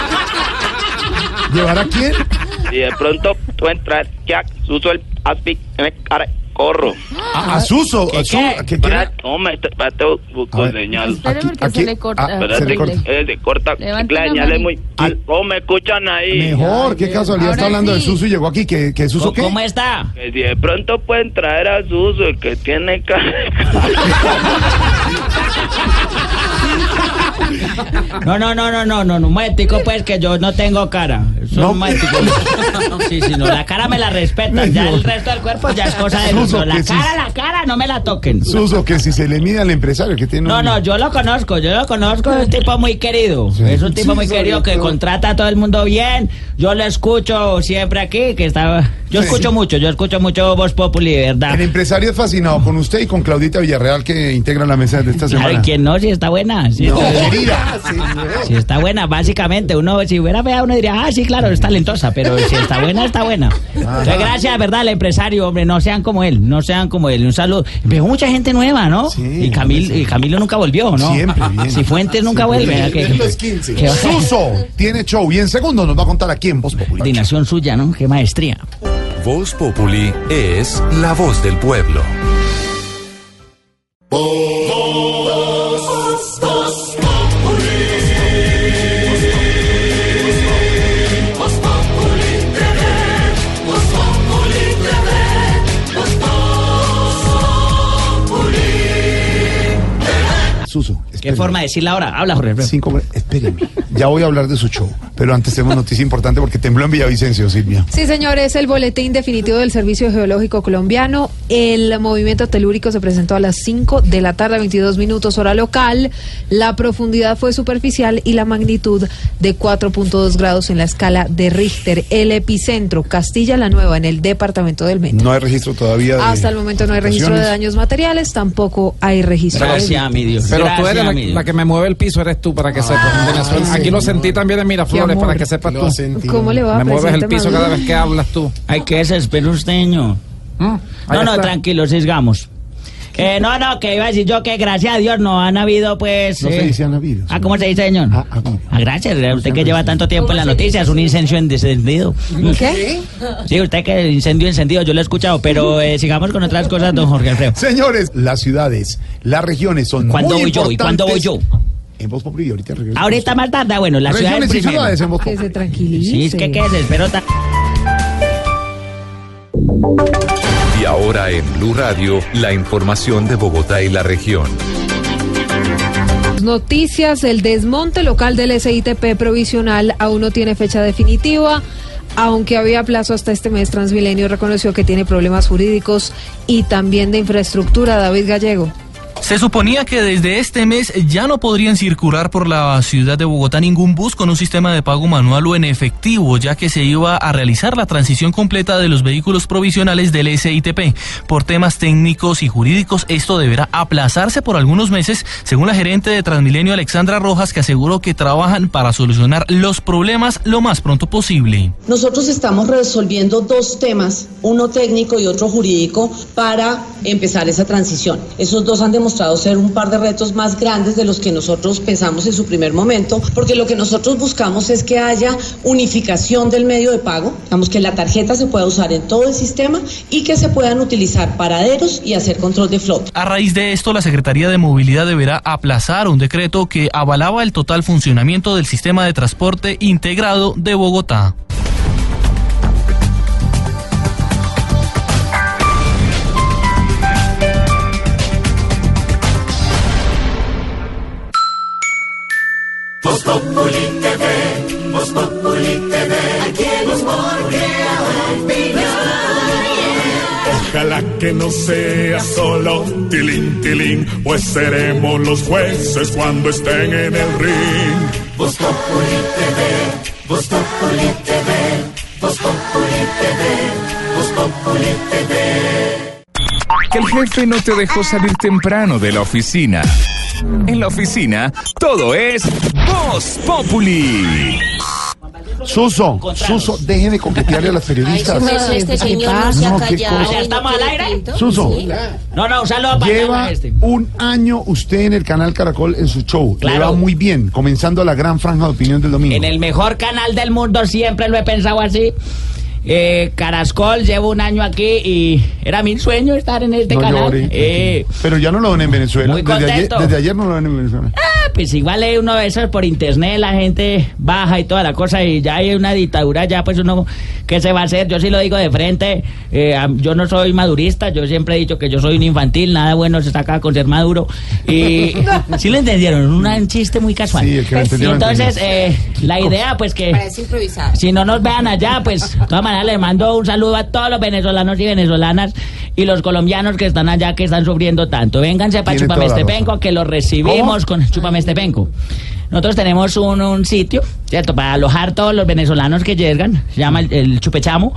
Speaker 4: ¿Llevar a quién?
Speaker 2: Y de pronto pueden traer que a Suso el a picar el corro.
Speaker 4: A, a Suso. A Su, ¿a qué quiere?
Speaker 2: Espérate, no, me espérate, busco
Speaker 4: A ver.
Speaker 2: señal.
Speaker 8: Espere
Speaker 4: Aquí-
Speaker 8: porque
Speaker 4: aquí-
Speaker 8: se le corta.
Speaker 4: ah, se
Speaker 2: Espérate,
Speaker 4: le corta.
Speaker 2: eh, se corta.
Speaker 8: Levante
Speaker 2: La
Speaker 8: la
Speaker 2: señal es
Speaker 8: mano.
Speaker 2: muy... Al- ¿Cómo me escuchan ahí?
Speaker 4: Mejor, qué casualidad
Speaker 8: Ahora
Speaker 4: está hablando de
Speaker 8: sí.
Speaker 4: Suso y llegó aquí. ¿Que, que Suso qué?
Speaker 19: ¿Cómo está?
Speaker 2: Que si de pronto pueden traer a Suso, el que tiene cara...
Speaker 3: No, no, no, no, no, no, no, un momentico, pues, que yo no tengo cara. Eso
Speaker 4: ¿No?
Speaker 3: un momentico. Sí, sí, no, la cara me la respetan, ya el resto del cuerpo ya es cosa de
Speaker 4: Suso,
Speaker 3: no, la
Speaker 4: que
Speaker 3: cara,
Speaker 4: sí.
Speaker 3: la cara, no me la toquen.
Speaker 4: Suso, que si se le mide al empresario que tiene
Speaker 3: No,
Speaker 4: un-
Speaker 3: no, yo lo conozco, yo lo conozco, es un tipo muy querido. Es un tipo
Speaker 4: Sí,
Speaker 3: muy
Speaker 4: sobre
Speaker 3: querido que
Speaker 4: todo.
Speaker 3: contrata a todo el mundo bien. Yo lo escucho siempre aquí, que estaba. Yo
Speaker 4: Sí.
Speaker 3: escucho mucho, yo escucho mucho Voz Populi, de verdad.
Speaker 4: El empresario es fascinado con usted y con Claudita Villarreal, que integran la mesa de esta
Speaker 3: Claro,
Speaker 4: semana.
Speaker 3: ¿y quién no? Si está buena. Si,
Speaker 4: No,
Speaker 3: está,
Speaker 4: querida.
Speaker 3: si está buena, básicamente. Uno, si hubiera fea, uno diría, ah, sí, claro, es talentosa, pero si está buena, está buena. Entonces, gracias, ¿verdad? El empresario, hombre, no sean como él, no sean como él. Un saludo. Veo mucha gente nueva, ¿no? y, Camilo, y Camilo nunca volvió, ¿no?
Speaker 4: Siempre bien.
Speaker 3: Si Fuentes nunca vuelve. ¿a qué? Qué-
Speaker 4: Suso tiene show y en segundo nos va a contar aquí en Voz Populi.
Speaker 3: Coordinación suya, ¿no? Qué maestría.
Speaker 14: Voz Populi es la voz del pueblo.
Speaker 4: Suso,
Speaker 3: ¿Qué
Speaker 4: espéreme.
Speaker 3: forma de decirla ahora? Habla, Jorge Alfredo.
Speaker 4: Cinco, espéreme. Ya voy a hablar de su show, pero antes tenemos noticia importante porque tembló en Villavicencio, Silvia.
Speaker 20: Sí, señores, el boletín definitivo del Servicio Geológico Colombiano. El movimiento telúrico se presentó a las cinco de la tarde, veintidós minutos hora local. La profundidad fue superficial y la magnitud de cuatro punto dos grados en la escala de Richter. El epicentro, Castilla la Nueva, en el departamento del Meta.
Speaker 4: No hay registro todavía de...
Speaker 20: Hasta el momento no hay registro de daños materiales, tampoco hay registro de...
Speaker 3: Gracias, mi Dios.
Speaker 15: Pero tú
Speaker 3: Gracias,
Speaker 15: eres la,
Speaker 3: mi Dios.
Speaker 15: la que me mueve el piso, eres tú, para que sepas. En Venezuela. Aquí lo sentí también en Miraflores,
Speaker 20: amor.
Speaker 15: para que sepas
Speaker 4: Lo
Speaker 15: tú.
Speaker 4: sentí.
Speaker 20: ¿Cómo le va,
Speaker 15: Me mueves el
Speaker 20: presidente
Speaker 15: piso
Speaker 20: Maduro?
Speaker 15: cada vez que hablas tú.
Speaker 3: Ay, que desespero usted, señor.
Speaker 15: Ahí
Speaker 3: No, no,
Speaker 15: está.
Speaker 3: tranquilo, sigamos. Eh, no, no, que iba a decir yo que gracias a Dios no han habido, pues...
Speaker 4: No se
Speaker 3: eh,
Speaker 4: dice han habido.
Speaker 3: Ah, ¿cómo se dice, señor?
Speaker 4: Ah, habido.
Speaker 3: Ah, gracias, usted que lleva tanto tiempo en las noticias, un incendio encendido.
Speaker 20: ¿Qué?
Speaker 3: Sí, usted que el incendio encendido, yo lo he escuchado, pero eh, sigamos con otras cosas, don Jorge Alfredo.
Speaker 4: Señores, las ciudades, las regiones son
Speaker 3: ¿Cuándo
Speaker 4: muy
Speaker 3: voy yo? ¿Y cuándo voy yo?
Speaker 4: En Voz Populi, ahorita regreso.
Speaker 3: Ahorita más tarde, bueno, las ciudades
Speaker 4: Regiones y
Speaker 3: primero.
Speaker 4: ciudades en Voz
Speaker 20: Que
Speaker 4: Populi.
Speaker 20: se tranquilice.
Speaker 3: Sí, es que qué desespero tan...
Speaker 14: Y ahora en Blue Radio, la información de Bogotá y la región.
Speaker 20: Noticias, el desmonte local del S I T P provisional aún no tiene fecha definitiva. Aunque había plazo hasta este mes, Transmilenio reconoció que tiene problemas jurídicos y también de infraestructura. David Gallego.
Speaker 24: Se suponía que desde este mes ya no podrían circular por la ciudad de Bogotá ningún bus con un sistema de pago manual o en efectivo, ya que se iba a realizar la transición completa de los vehículos provisionales del S I T P. Por temas técnicos y jurídicos, esto deberá aplazarse por algunos meses, según la gerente de Transmilenio, Alexandra Rojas, que aseguró que trabajan para solucionar los problemas lo más pronto posible.
Speaker 25: Nosotros estamos resolviendo dos temas, uno técnico y otro jurídico, para empezar esa transición. Esos dos han demostrado ser un par de retos más grandes de los que nosotros pensamos en su primer momento, porque lo que nosotros buscamos es que haya unificación del medio de pago, digamos que la tarjeta se pueda usar en todo el sistema y que se puedan utilizar paraderos y hacer control de flota.
Speaker 24: A raíz de esto, la Secretaría de Movilidad deberá aplazar un decreto que avalaba el total funcionamiento del sistema de transporte integrado de Bogotá.
Speaker 9: Voz Populi T V, Voz Populi T V, aquí el humor crea opinión.
Speaker 17: Ojalá que no sea solo tilín, tilín, pues seremos los jueces cuando estén en el ring.
Speaker 9: Voz Populi T V, Voz Populi T V, Voz Populi T V, Voz Populi T V.
Speaker 7: Que el jefe no te dejó salir temprano de la oficina. En la oficina, todo es Voz Populi.
Speaker 4: Suso, Suso, dejen de coquetearle a las periodistas.
Speaker 19: Ay, este señor no se ha
Speaker 4: No, qué
Speaker 19: callado.
Speaker 4: cosa.
Speaker 3: ¿Ya estamos al aire?
Speaker 4: Suso,
Speaker 3: No, no, un saludo para
Speaker 4: lleva
Speaker 3: este.
Speaker 4: un año usted en el canal Caracol en su show. Le
Speaker 3: Claro.
Speaker 4: va muy bien, comenzando la gran franja de opinión del domingo.
Speaker 3: En el mejor canal del mundo, siempre lo he pensado así. Eh, Caracol, llevo un año aquí y era mi sueño estar en este
Speaker 4: No
Speaker 3: canal.
Speaker 4: llore,
Speaker 3: Eh,
Speaker 4: Pero ya no lo ven en Venezuela.
Speaker 3: Muy
Speaker 4: desde, ayer,
Speaker 3: contento.
Speaker 4: desde ayer no lo ven en Venezuela.
Speaker 3: ah, pues igual hay uno de esos por internet, la gente baja y toda la cosa, y ya hay una dictadura, ya pues uno, ¿qué se va a hacer? Yo sí lo digo de frente, eh, yo no soy madurista, yo siempre he dicho que yo soy un infantil, nada bueno se saca con ser maduro, y sí lo entendieron, un chiste muy casual.
Speaker 4: Sí, el que lo entendió,
Speaker 3: y entonces, eh, la idea pues que,
Speaker 19: Parece improvisado.
Speaker 3: si no nos vean allá, pues de todas maneras les mando un saludo a todos los venezolanos y venezolanas, y los colombianos que están allá, que están sufriendo tanto. Vénganse para
Speaker 4: Tiene toda la
Speaker 3: Chupamestepenco, que los recibimos con Chupamestepenco. Nosotros tenemos un, un sitio, ¿cierto? Para alojar todos los venezolanos que llegan. Se llama el, el Chupechamo.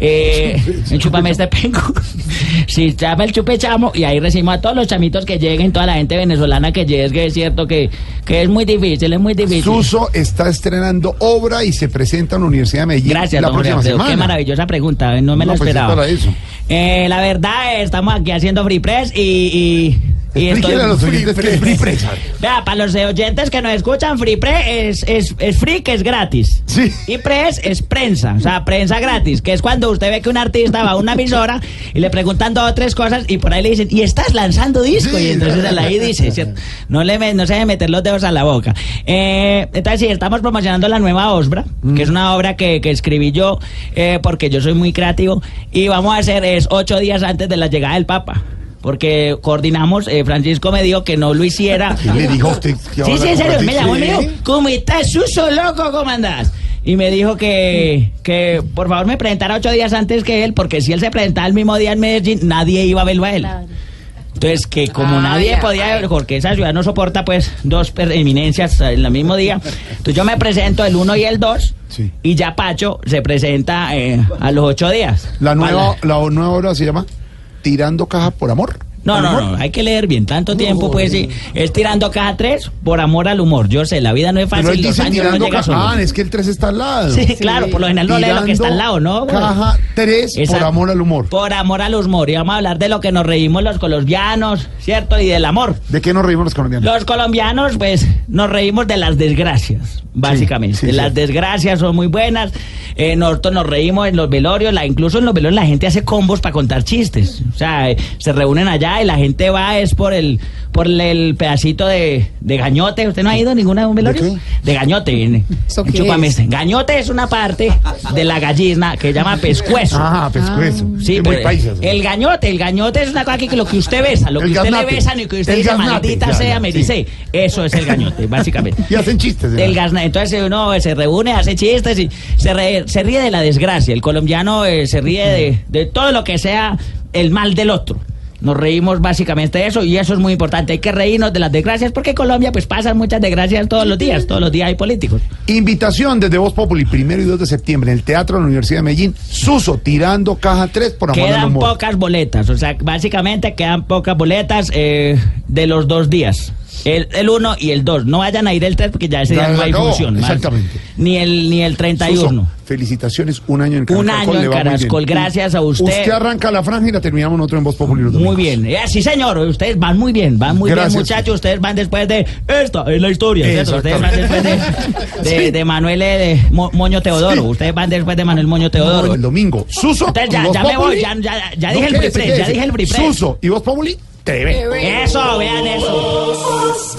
Speaker 3: Eh, el Chupamestepenco. Sí, se llama el Chupechamo. Y ahí recibimos a todos los chamitos que lleguen, toda la gente venezolana que llegue. Es cierto que, que es muy difícil, es muy difícil.
Speaker 4: Suso está estrenando obra y se presenta en la Universidad de Medellín.
Speaker 3: Gracias,
Speaker 4: la
Speaker 3: don
Speaker 4: próxima
Speaker 3: Jorge Alfredo.
Speaker 4: semana.
Speaker 3: Qué maravillosa pregunta, no me
Speaker 4: No,
Speaker 3: la
Speaker 4: pues,
Speaker 3: esperaba.
Speaker 4: es para eso.
Speaker 3: Eh, la verdad, estamos aquí haciendo Free Press y... y y
Speaker 4: Explíquele a los oyentes qué es Free Press.
Speaker 3: Vea, para los oyentes que nos escuchan, Free Press es, es, es free, que es gratis.
Speaker 4: Sí.
Speaker 3: Y press es prensa, o sea, prensa gratis, que es cuando usted ve que un artista va a una emisora y le preguntan dos o tres cosas y por ahí le dicen, ¿y estás lanzando disco?
Speaker 4: Sí.
Speaker 3: Y entonces él ahí dice, ¿cierto? No, le, me- no se debe meter los dedos a la boca. Eh, entonces sí, estamos promocionando la nueva obra,
Speaker 4: Mm.
Speaker 3: que es una obra que, que escribí yo, eh, porque yo soy muy creativo, y vamos a hacer es ocho días antes de la llegada del Papa. Porque coordinamos, eh, Francisco me dijo que no lo hiciera.
Speaker 4: ¿Qué le dijo a usted? que
Speaker 3: Sí,
Speaker 4: ahora
Speaker 3: sí, en serio,
Speaker 4: con
Speaker 3: me llamó y me dijo,
Speaker 4: Francisco?
Speaker 3: ¿cómo estás, Suso, loco? ¿Cómo andás? Y me dijo que, que por favor me presentara ocho días antes que él, porque si él se presentaba el mismo día en Medellín, nadie iba a verlo a él. Entonces, que como
Speaker 19: Ah,
Speaker 3: nadie
Speaker 19: ya,
Speaker 3: podía,
Speaker 19: ay.
Speaker 3: porque esa ciudad no soporta pues dos per- eminencias en el mismo día, entonces yo me presento el uno y el dos,
Speaker 4: Sí.
Speaker 3: y ya Pacho se presenta eh, a los ocho días.
Speaker 4: La nueva,
Speaker 3: Para-
Speaker 4: la nueva obra se llama Tirando Caja por Amor.
Speaker 3: No,
Speaker 4: ¿Por
Speaker 3: no,
Speaker 4: amor?
Speaker 3: no, hay que leer bien, tanto tiempo pues sí, es tirando caja tres por amor al humor. Yo sé, la vida no es
Speaker 4: Pero
Speaker 3: fácil,
Speaker 4: él
Speaker 3: los
Speaker 4: dice
Speaker 3: años no
Speaker 4: tirando
Speaker 3: llegan
Speaker 4: caja.
Speaker 3: solos.
Speaker 4: Ah, es que el tres está al lado.
Speaker 3: Sí, claro, por lo general no lee lo que está al lado, ¿no?
Speaker 4: Caja tres por
Speaker 3: Esa-
Speaker 4: amor al humor.
Speaker 3: Por amor al humor, y vamos a hablar de lo que nos reímos los colombianos, ¿cierto? Y del amor.
Speaker 4: ¿De qué nos reímos los colombianos?
Speaker 3: Los colombianos, pues, nos reímos de las desgracias, básicamente.
Speaker 4: sí, sí.
Speaker 3: Las desgracias son muy buenas. Eh, nosotros nos reímos en los velorios, la, incluso en los velorios la gente hace combos para contar chistes. O sea, eh, se reúnen allá y la gente va es por el por el pedacito de, de gañote. ¿Usted no ha ido a ninguna de un velorio?
Speaker 4: ¿De qué?
Speaker 3: De gañote. En,
Speaker 5: ¿Eso
Speaker 3: en
Speaker 5: qué
Speaker 3: Chupameste. Gañote es una parte de la gallina que se llama pescuezo.
Speaker 4: Ah, pescuezo.
Speaker 3: Sí,
Speaker 4: Es muy
Speaker 3: pero
Speaker 4: paisa, sí.
Speaker 3: el gañote, el gañote es una cosa que, que lo que usted besa, lo que
Speaker 4: El
Speaker 3: usted
Speaker 4: gaznate.
Speaker 3: le besan y que usted
Speaker 4: El
Speaker 3: dice,
Speaker 4: gaznate,
Speaker 3: maldita
Speaker 4: ya,
Speaker 3: sea,
Speaker 4: ya,
Speaker 3: me
Speaker 4: sí.
Speaker 3: dice. Eso es el gañote, básicamente.
Speaker 4: Y hacen chistes. ¿verdad?
Speaker 3: El gazna- entonces uno se reúne, hace chistes y se, re- se ríe de la desgracia. El colombiano eh, se ríe de, de todo lo que sea el mal del otro. Nos reímos básicamente de eso y eso es muy importante. Hay que reírnos de las desgracias porque en Colombia pues pasan muchas desgracias todos los días. Todos los días hay políticos.
Speaker 4: Invitación desde Voz Populi, primero y dos de septiembre, en el Teatro de la Universidad de Medellín. Suso, tirando caja tres por amor al
Speaker 3: Quedan
Speaker 4: humor.
Speaker 3: pocas boletas, o sea, básicamente quedan pocas boletas eh, de los dos días. El, el uno y el dos. No vayan a ir el tres porque ya ese
Speaker 4: Ya,
Speaker 3: día no hay
Speaker 4: no,
Speaker 3: función. más.
Speaker 4: exactamente.
Speaker 3: Ni el, ni el treinta y uno.
Speaker 4: Suso, felicitaciones, un año en
Speaker 3: Un
Speaker 4: Caracol.
Speaker 3: año
Speaker 4: le
Speaker 3: en
Speaker 4: va muy bien.
Speaker 3: Caracol, gracias a usted.
Speaker 4: Usted arranca la franja y la terminamos nosotros en Voz Populi los
Speaker 3: Muy
Speaker 4: domingos.
Speaker 3: bien, eh, sí señor, ustedes van muy bien, van muy
Speaker 4: Gracias.
Speaker 3: bien muchachos, ustedes van después de esta es la historia, ¿cierto? Ustedes van después de, de,
Speaker 4: Sí.
Speaker 3: de Manuel eh, de Mo- Moño Teodoro,
Speaker 4: Sí.
Speaker 3: ustedes van después de Manuel Moño Teodoro.
Speaker 4: No, el domingo. Suso,
Speaker 3: Entonces
Speaker 4: y
Speaker 3: ya,
Speaker 4: Voz
Speaker 3: ya me voy,
Speaker 4: Populi.
Speaker 3: ya, ya, ya
Speaker 4: No,
Speaker 3: dije el
Speaker 4: quédese,
Speaker 3: Free Press, ya
Speaker 4: quédese.
Speaker 3: dije el Free Press.
Speaker 4: Suso y Voz Populi, T V.
Speaker 3: Eso, vean eso.